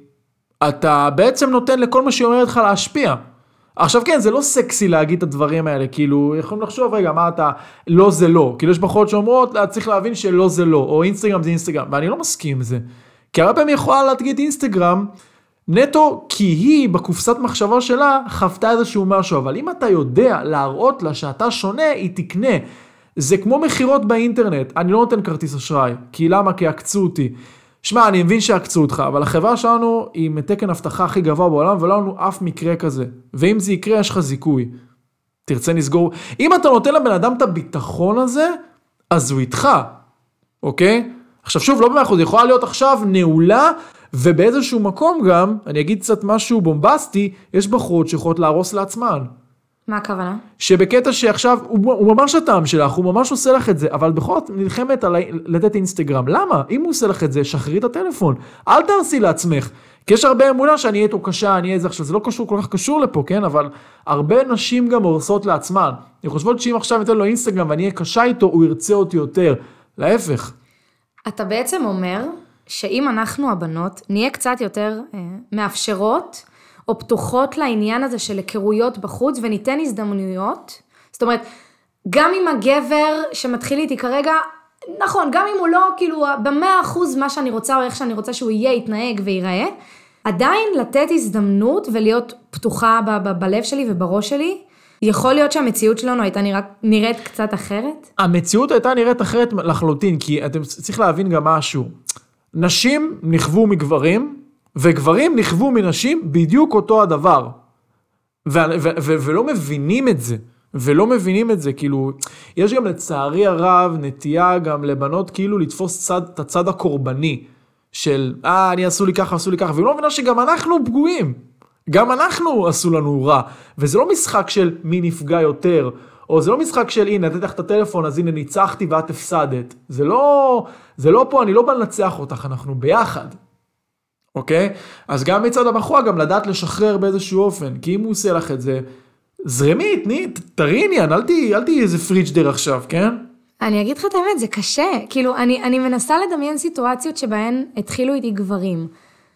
אתה בעצם נותן לכל מה שהיא אומרת לך להשפיע. עכשיו כן, זה לא סקסי להגיד את הדברים האלה, כאילו, יכולים לחשוב, רגע, מה אתה, לא זה לא. כאילו יש בחורות שאומרות, צריך להבין שלא זה לא, או אינסטגרם זה אינסטגרם, ואני לא מסכים עם זה. כי הרבה פעמים יכולה להגיד אינסטגרם, נטו, כי היא בקופסת מחשבה שלה, חוותה איזשהו משהו, אבל אם אתה יודע להראות לה שאתה שונה, היא תקנה. זה כמו מחירות באינטרנט, אני לא נותן כרטיס אשראי, כי למה? כי עקצו אותי. שמע, אני מבין שעקצו אותך, אבל החברה שלנו היא מתקן הבטחה הכי גבוה בעולם, ולא לנו אף מקרה כזה. ואם זה יקרה, יש לך זיכוי. תרצה נסגור. אם אתה נותן לבן אדם את הביטחון הזה, אז הוא איתך. אוקיי? עכשיו שוב, לא במאה אחוז, יכולה להיות עכשיו נעולה, ובאיזשהו מקום גם, אני אגיד קצת משהו בומבסטי, יש בחורות שיכולות להרוס לעצמן. מה הכוונה? שבקטע שעכשיו, הוא, הוא ממש הטעם שלך, הוא ממש עושה לך את זה, אבל בכל זאת נלחמת על לתת אינסטגרם. למה? אם הוא עושה לך את זה, שחררי את הטלפון. אל תרסי לעצמך. כי יש הרבה אמונה שאני אהיה איתו קשה, אני אהיה איזה, עכשיו זה לא קשור, כל כך קשור לפה, כן? אבל הרבה נשים גם הורסות לעצמן. אני חושבת שאם עכשיו ניתן לו אינסטגרם ואני אהיה קשה איתו, הוא ירצה אותי יותר. להפך. אתה בעצם אומר שאם אנחנו הבנות נהיה קצת יותר אה, מאפשרות, או פתוחות לעניין הזה של היכרויות בחוץ, וניתן הזדמנויות. זאת אומרת, גם אם הגבר שמתחיל איתי כרגע, נכון, גם אם הוא לא, כאילו, במאה אחוז מה שאני רוצה, או איך שאני רוצה שהוא יהיה, יתנהג ויראה, עדיין לתת הזדמנות ולהיות פתוחה ב- ב- בלב שלי ובראש שלי, יכול להיות שהמציאות שלנו הייתה נראה, נראית קצת אחרת? המציאות הייתה נראית אחרת לחלוטין, כי אתם צריך להבין גם משהו. נשים נכוו מגברים, וגברים נכוו מנשים בדיוק אותו הדבר. ו- ו- ו- ולא מבינים את זה. ולא מבינים את זה, כאילו, יש גם לצערי הרב נטייה גם לבנות כאילו לתפוס צד, את הצד הקורבני, של, אה, אני עשו לי ככה, עשו לי ככה, ולא מבינה שגם אנחנו פגועים. גם אנחנו עשו לנו רע. וזה לא משחק של מי נפגע יותר, או זה לא משחק של, הנה, נתתי לך את הטלפון, אז הנה ניצחתי ואת הפסדת. זה לא, זה לא פה, אני לא בא לנצח אותך, אנחנו ביחד. אוקיי? אז גם מצד הבחורה גם לדעת לשחרר באיזשהו אופן, כי אם הוא עושה לך את זה, זרמי, תני, תריני, אל תהי, אל תהי איזה פריג'דר עכשיו, כן? אני אגיד לך את האמת, זה קשה. כאילו, אני, אני מנסה לדמיין סיטואציות שבהן התחילו איתי גברים,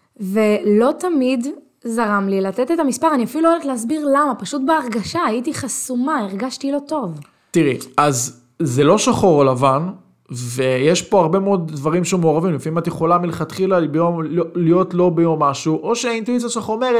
ולא תמיד זרם לי לתת את המספר, אני אפילו לא הולכת להסביר למה, פשוט בהרגשה, הייתי חסומה, הרגשתי לא טוב. תראי, אז זה לא שחור או לבן, ויש פה הרבה מאוד דברים שמעורבים, לפעמים את יכולה מלכתחילה ביום, להיות לא ביום משהו, או שהאינטואיציה שלך אומרת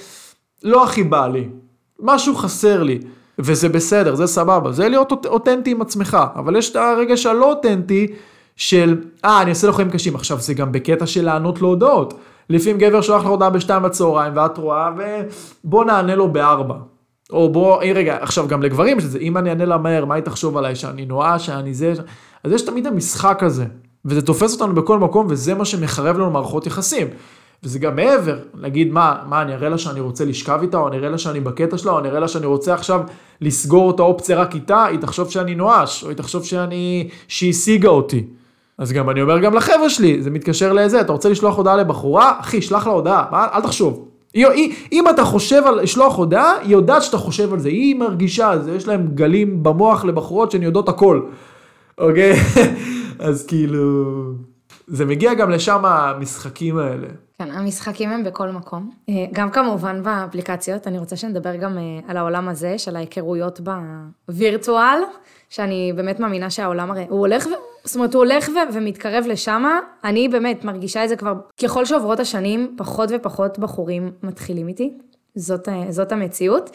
שלא הכי בא לי, משהו חסר לי, וזה בסדר, זה סבבה, זה להיות אותנטי עם עצמך, אבל יש את הרגע שהלא אותנטי של, אה, אני אעשה לו חיים קשים, עכשיו זה גם בקטע של לענות להודעות, לפעמים גבר שולח להודעה בשתיים בצהריים, ואת רואה, ובוא נענה לו בארבע, או בוא, אי רגע, עכשיו גם לגברים, שזה, אם אני אענה לה מהר, מה היא תחשוב עליי, שאני נועה, שאני זה, אז יש תמיד המשחק הזה, וזה תופס אותנו בכל מקום, וזה מה שמחרב לנו מערכות יחסים, וזה גם מעבר, להגיד מה, מה, אני אראה לה שאני רוצה לשכב איתה, או אני אראה לה שאני בקטע שלה, או אני אראה לה שאני רוצה עכשיו לסגור את האופציה רק איתה, היא תחשוב שאני נואש, או היא תחשוב שאני, שהיא השיגה אותי. אז גם אני אומר גם לחבר'ה שלי, זה מתקשר לזה, אתה רוצה לשלוח הודעה לבחורה? אחי, שלח לה הודעה, מה? אל תחשוב. היא, היא, אם אתה חושב על לשלוח הודעה, היא יודעת שאתה חושב על זה, היא מרגישה, זה, יש להם גלים במוח לבחורות שהן יודעות הכל. אוקיי? אז כאילו, זה מגיע גם לשם המשחקים האלה. כן, המשחקים הם בכל מקום. גם כמובן באפליקציות, אני רוצה שנדבר גם על העולם הזה, של ההיכרויות בווירטואל, שאני באמת מאמינה שהעולם הרי, הוא הולך, ו... זאת אומרת, הוא הולך ו... ומתקרב לשם, אני באמת מרגישה את זה כבר, ככל שעוברות השנים, פחות ופחות בחורים מתחילים איתי, זאת, זאת המציאות.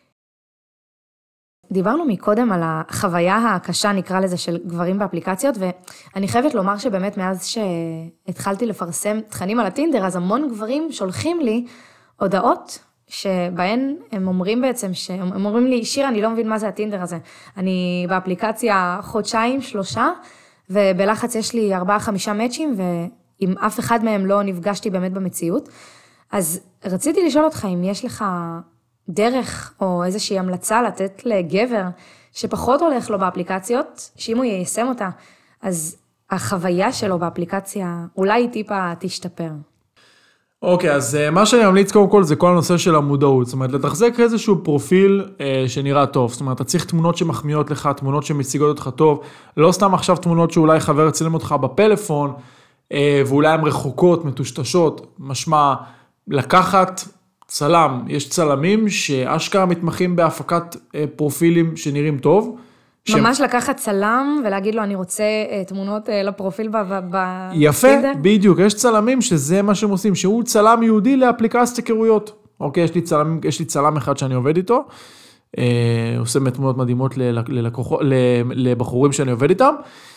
דיברנו מקודם על החוויה הקשה, נקרא לזה, של גברים באפליקציות, ואני חייבת לומר שבאמת מאז שהתחלתי לפרסם תכנים על הטינדר, אז המון גברים שולחים לי הודעות, שבהן הם אומרים בעצם, הם אומרים לי, שיר, אני לא מבין מה זה הטינדר הזה. אני באפליקציה חודשיים, שלושה, ובלחץ יש לי ארבעה, חמישה מאצ'ים, ועם אף אחד מהם לא נפגשתי באמת במציאות. אז רציתי לשאול אותך אם יש לך דרך או איזושהי המלצה לתת לגבר שפחות הולך לו באפליקציות, שאם הוא יישם אותה, אז החוויה שלו באפליקציה אולי טיפה תשתפר. אוקיי, אז uh, מה שאני ממליץ קודם כל זה כל הנושא של המודעות, זאת אומרת, לתחזק איזשהו פרופיל uh, שנראה טוב, זאת אומרת, אתה צריך תמונות שמחמיאות לך, תמונות שמציגות אותך טוב, לא סתם עכשיו תמונות שאולי חבר יצלם אותך בפלאפון, uh, ואולי הן רחוקות, מטושטשות, משמע לקחת צלם, יש צלמים שאשכרה מתמחים בהפקת uh, פרופילים שנראים טוב, ממש לקחת צלם ולהגיד לו, אני רוצה תמונות לפרופיל בטינדר? יפה, בדיוק, יש צלמים שזה מה שהם עושים, שהוא צלם יהודי לאפליקציית היכרויות. אוקיי, יש לי צלם, יש לי צלם אחד שאני עובד איתו, עושה תמונות מדהימות לבחורים שאני עובד איתם,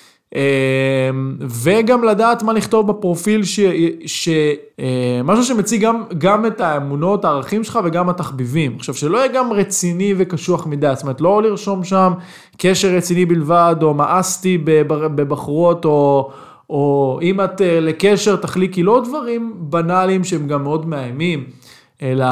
וגם לדעת מה לכתוב בפרופיל, ש, ש, משהו שמציג גם, גם את האמונות, הערכים שלך וגם התחביבים. עכשיו, שלא יהיה גם רציני וקשוח מדי, זאת אומרת, לא לרשום שם קשר רציני בלבד, או מאסתי בבחורות, או, או אם את לקשר תחליקי לא דברים בנאליים שהם גם מאוד מאיימים, אלא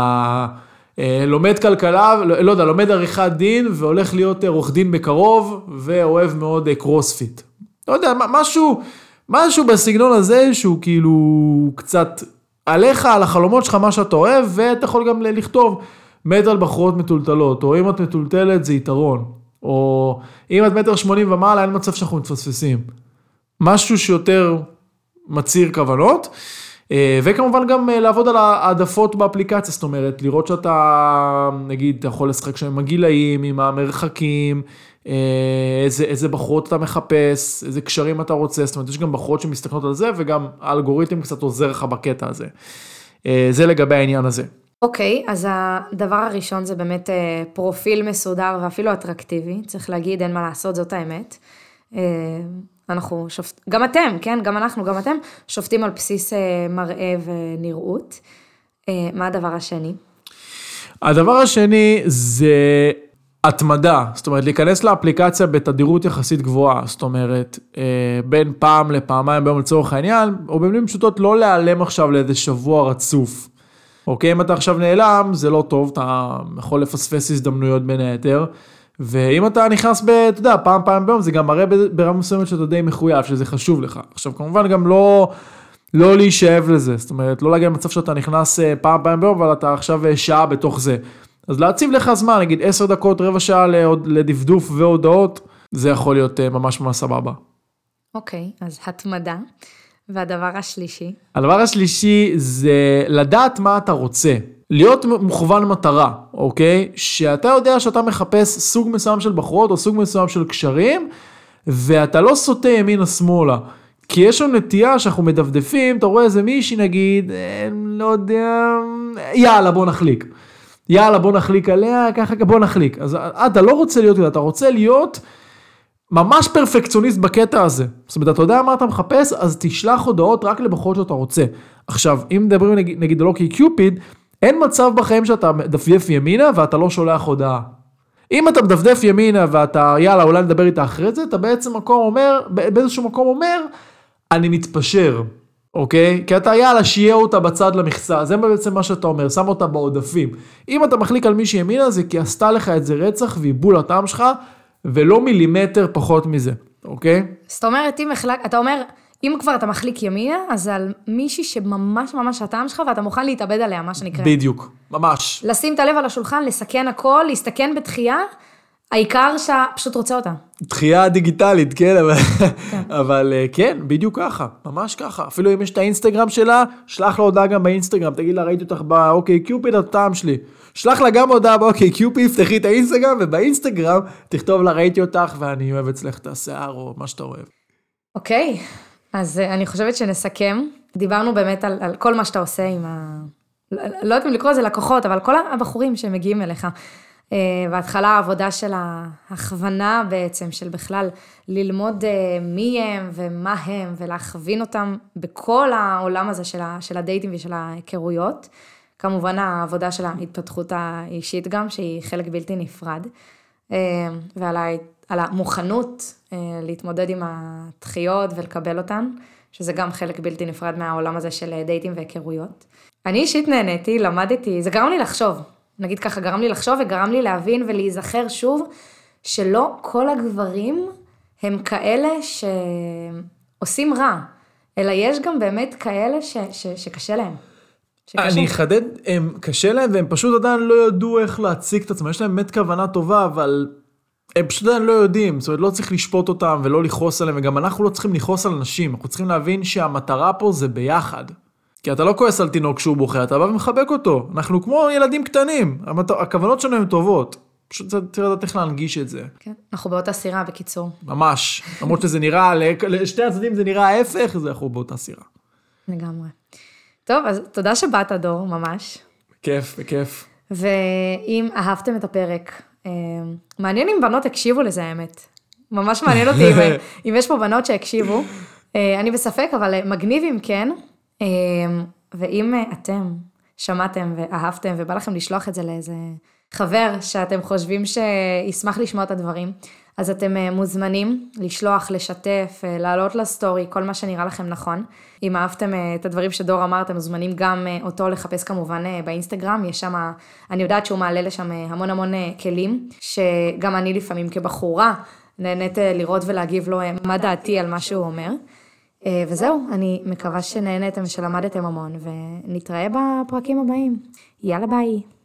לומד כלכלה, לא, לא יודע, לומד עריכת דין, והולך להיות עורך דין בקרוב, ואוהב מאוד קרוספיט. לא יודע, משהו, משהו בסגנון הזה שהוא כאילו קצת עליך, על החלומות שלך, מה שאתה אוהב, ואתה יכול גם לכתוב מת על בחורות מטולטלות, או אם את מטולטלת זה יתרון, או אם את מטר שמונים ומעלה, אין מצב שאנחנו מתפספסים. משהו שיותר מציר כוונות, וכמובן גם לעבוד על העדפות באפליקציה, זאת אומרת, לראות שאתה, נגיד, אתה יכול לשחק שם עם הגילאים, עם המרחקים, איזה, איזה בחורות אתה מחפש, איזה קשרים אתה רוצה, זאת אומרת, יש גם בחורות שמסתכלות על זה, וגם האלגוריתם קצת עוזר לך בקטע הזה. זה לגבי העניין הזה. אוקיי, אז הדבר הראשון זה באמת פרופיל מסודר ואפילו אטרקטיבי, צריך להגיד, אין מה לעשות, זאת האמת. אנחנו שופט, גם אתם, כן, גם אנחנו, גם אתם, שופטים על בסיס מראה ונראות. מה הדבר השני? הדבר השני זה התמדה, זאת אומרת, להיכנס לאפליקציה בתדירות יחסית גבוהה, זאת אומרת, בין פעם לפעמיים ביום לצורך העניין, או במילים פשוטות לא להיעלם עכשיו לאיזה שבוע רצוף. אוקיי, אם אתה עכשיו נעלם, זה לא טוב, אתה יכול לפספס הזדמנויות בין היתר, ואם אתה נכנס ב, אתה יודע, פעם פעם ביום, זה גם מראה ברמה מסוימת שאתה די מחויב, שזה חשוב לך. עכשיו, כמובן גם לא, לא להישאב לזה, זאת אומרת, לא להגיע למצב שאתה נכנס פעם פעם ביום, אבל אתה עכשיו שעה בתוך זה. אז להציב לך זמן, נגיד עשר דקות, רבע שעה לדפדוף והודעות, זה יכול להיות ממש ממש סבבה. אוקיי, אז התמדה. והדבר השלישי? הדבר השלישי זה לדעת מה אתה רוצה. להיות מוכוון מטרה, אוקיי? שאתה יודע שאתה מחפש סוג מסוים של בחורות או סוג מסוים של קשרים, ואתה לא סוטה ימינה שמאלה. כי יש לנו נטייה שאנחנו מדפדפים, אתה רואה איזה מישהי נגיד, לא יודע, יאללה בוא נחליק. יאללה בוא נחליק עליה, ככה בוא נחליק. אז אתה לא רוצה להיות, אתה רוצה להיות ממש פרפקציוניסט בקטע הזה. זאת אומרת, אתה יודע מה אתה מחפש, אז תשלח הודעות רק לבחורות שאתה רוצה. עכשיו, אם מדברים נגיד, נגיד לא כקיופיד, אין מצב בחיים שאתה מדפדף ימינה ואתה לא שולח הודעה. אם אתה מדפדף ימינה ואתה, יאללה, אולי נדבר איתה אחרי זה, אתה בעצם מקום אומר, באיזשהו מקום אומר, אני מתפשר, אוקיי? כי אתה, יאללה, שיהיה אותה בצד למכסה, זה בעצם מה שאתה אומר, שם אותה בעודפים. אם אתה מחליק על מישהי ימינה, זה כי עשתה לך את זה רצח ועיבול הטעם שלך, ולא מילימטר פחות מזה, אוקיי? זאת אומרת, אם החלק, אתה אומר, אם כבר אתה מחליק ימינה, אז על מישהי שממש ממש הטעם שלך, ואתה מוכן להתאבד עליה, מה שנקרא. בדיוק, ממש. לשים את הלב על השולחן, לסכן הכל, להסתכן בתחייה, העיקר שאתה פשוט רוצה אותה. תחייה דיגיטלית, כן, אבל, כן. אבל כן, בדיוק ככה, ממש ככה. אפילו אם יש את האינסטגרם שלה, שלח לה הודעה גם באינסטגרם, תגיד לה, ראיתי אותך באוקיי קיופיד, הטעם שלי. שלח לה גם הודעה באוקיי קיופיד, תפתחי את האינסטגרם, ובאינסטגרם תכתוב לה, ראיתי אותך, ואני אוהב אצלך את השיער, או מה שאתה אוהב. אוקיי, אז אני חושבת שנסכם. דיברנו באמת על, על כל מה שאתה עושה עם ה... לא יודעת אם לקרוא לזה לקוחות, אבל כל הבחורים שמגיעים אליך. בהתחלה העבודה של ההכוונה בעצם, של בכלל ללמוד מי הם ומה הם, ולהכווין אותם בכל העולם הזה של, ה, של הדייטים ושל ההיכרויות. כמובן העבודה של ההתפתחות האישית גם, שהיא חלק בלתי נפרד. ועל ה, על המוכנות להתמודד עם התחיות ולקבל אותן, שזה גם חלק בלתי נפרד מהעולם הזה של דייטים והיכרויות. אני אישית נהניתי, למדתי, זה גרם לי לחשוב. נגיד ככה, גרם לי לחשוב וגרם לי להבין ולהיזכר שוב, שלא כל הגברים הם כאלה שעושים רע, אלא יש גם באמת כאלה ש, ש, שקשה להם. שקשה. אני אחדד, הם קשה להם, והם פשוט עדיין לא ידעו איך להציג את עצמם, יש להם באמת כוונה טובה, אבל הם פשוט עדיין לא יודעים, זאת אומרת, לא צריך לשפוט אותם ולא לכעוס עליהם, וגם אנחנו לא צריכים לכעוס על אנשים, אנחנו צריכים להבין שהמטרה פה זה ביחד. כי אתה לא כועס על תינוק כשהוא בוכה, אתה בא ומחבק אותו, אנחנו כמו ילדים קטנים, הכוונות שלנו הן טובות, פשוט תראה איך להנגיש את זה. כן, אנחנו באותה סירה בקיצור. ממש, למרות שזה נראה, לשתי הצדדים זה נראה ההפך, זה אנחנו באותה סירה. לגמרי. טוב, אז תודה שבאת דור, ממש. בכיף, בכיף. ואם אהבתם את הפרק, מעניין אם בנות הקשיבו לזה האמת. ממש מעניין אותי אם, אם יש פה בנות שהקשיבו. אני בספק, אבל מגניב אם כן. ואם אתם שמעתם ואהבתם ובא לכם לשלוח את זה לאיזה חבר שאתם חושבים שישמח לשמוע את הדברים, אז אתם מוזמנים לשלוח, לשתף, לעלות לסטורי, כל מה שנראה לכם נכון. אם אהבתם את הדברים שדור אמר, אתם מוזמנים גם אותו לחפש כמובן באינסטגרם, יש שם, אני יודעת שהוא מעלה לשם המון המון כלים, שגם אני לפעמים כבחורה נהנית לראות ולהגיב לו מה דעתי על מה שהוא אומר. וזהו, אני מקווה שנהנתם ושלמדתם המון, ונתראה בפרקים הבאים. יאללה ביי.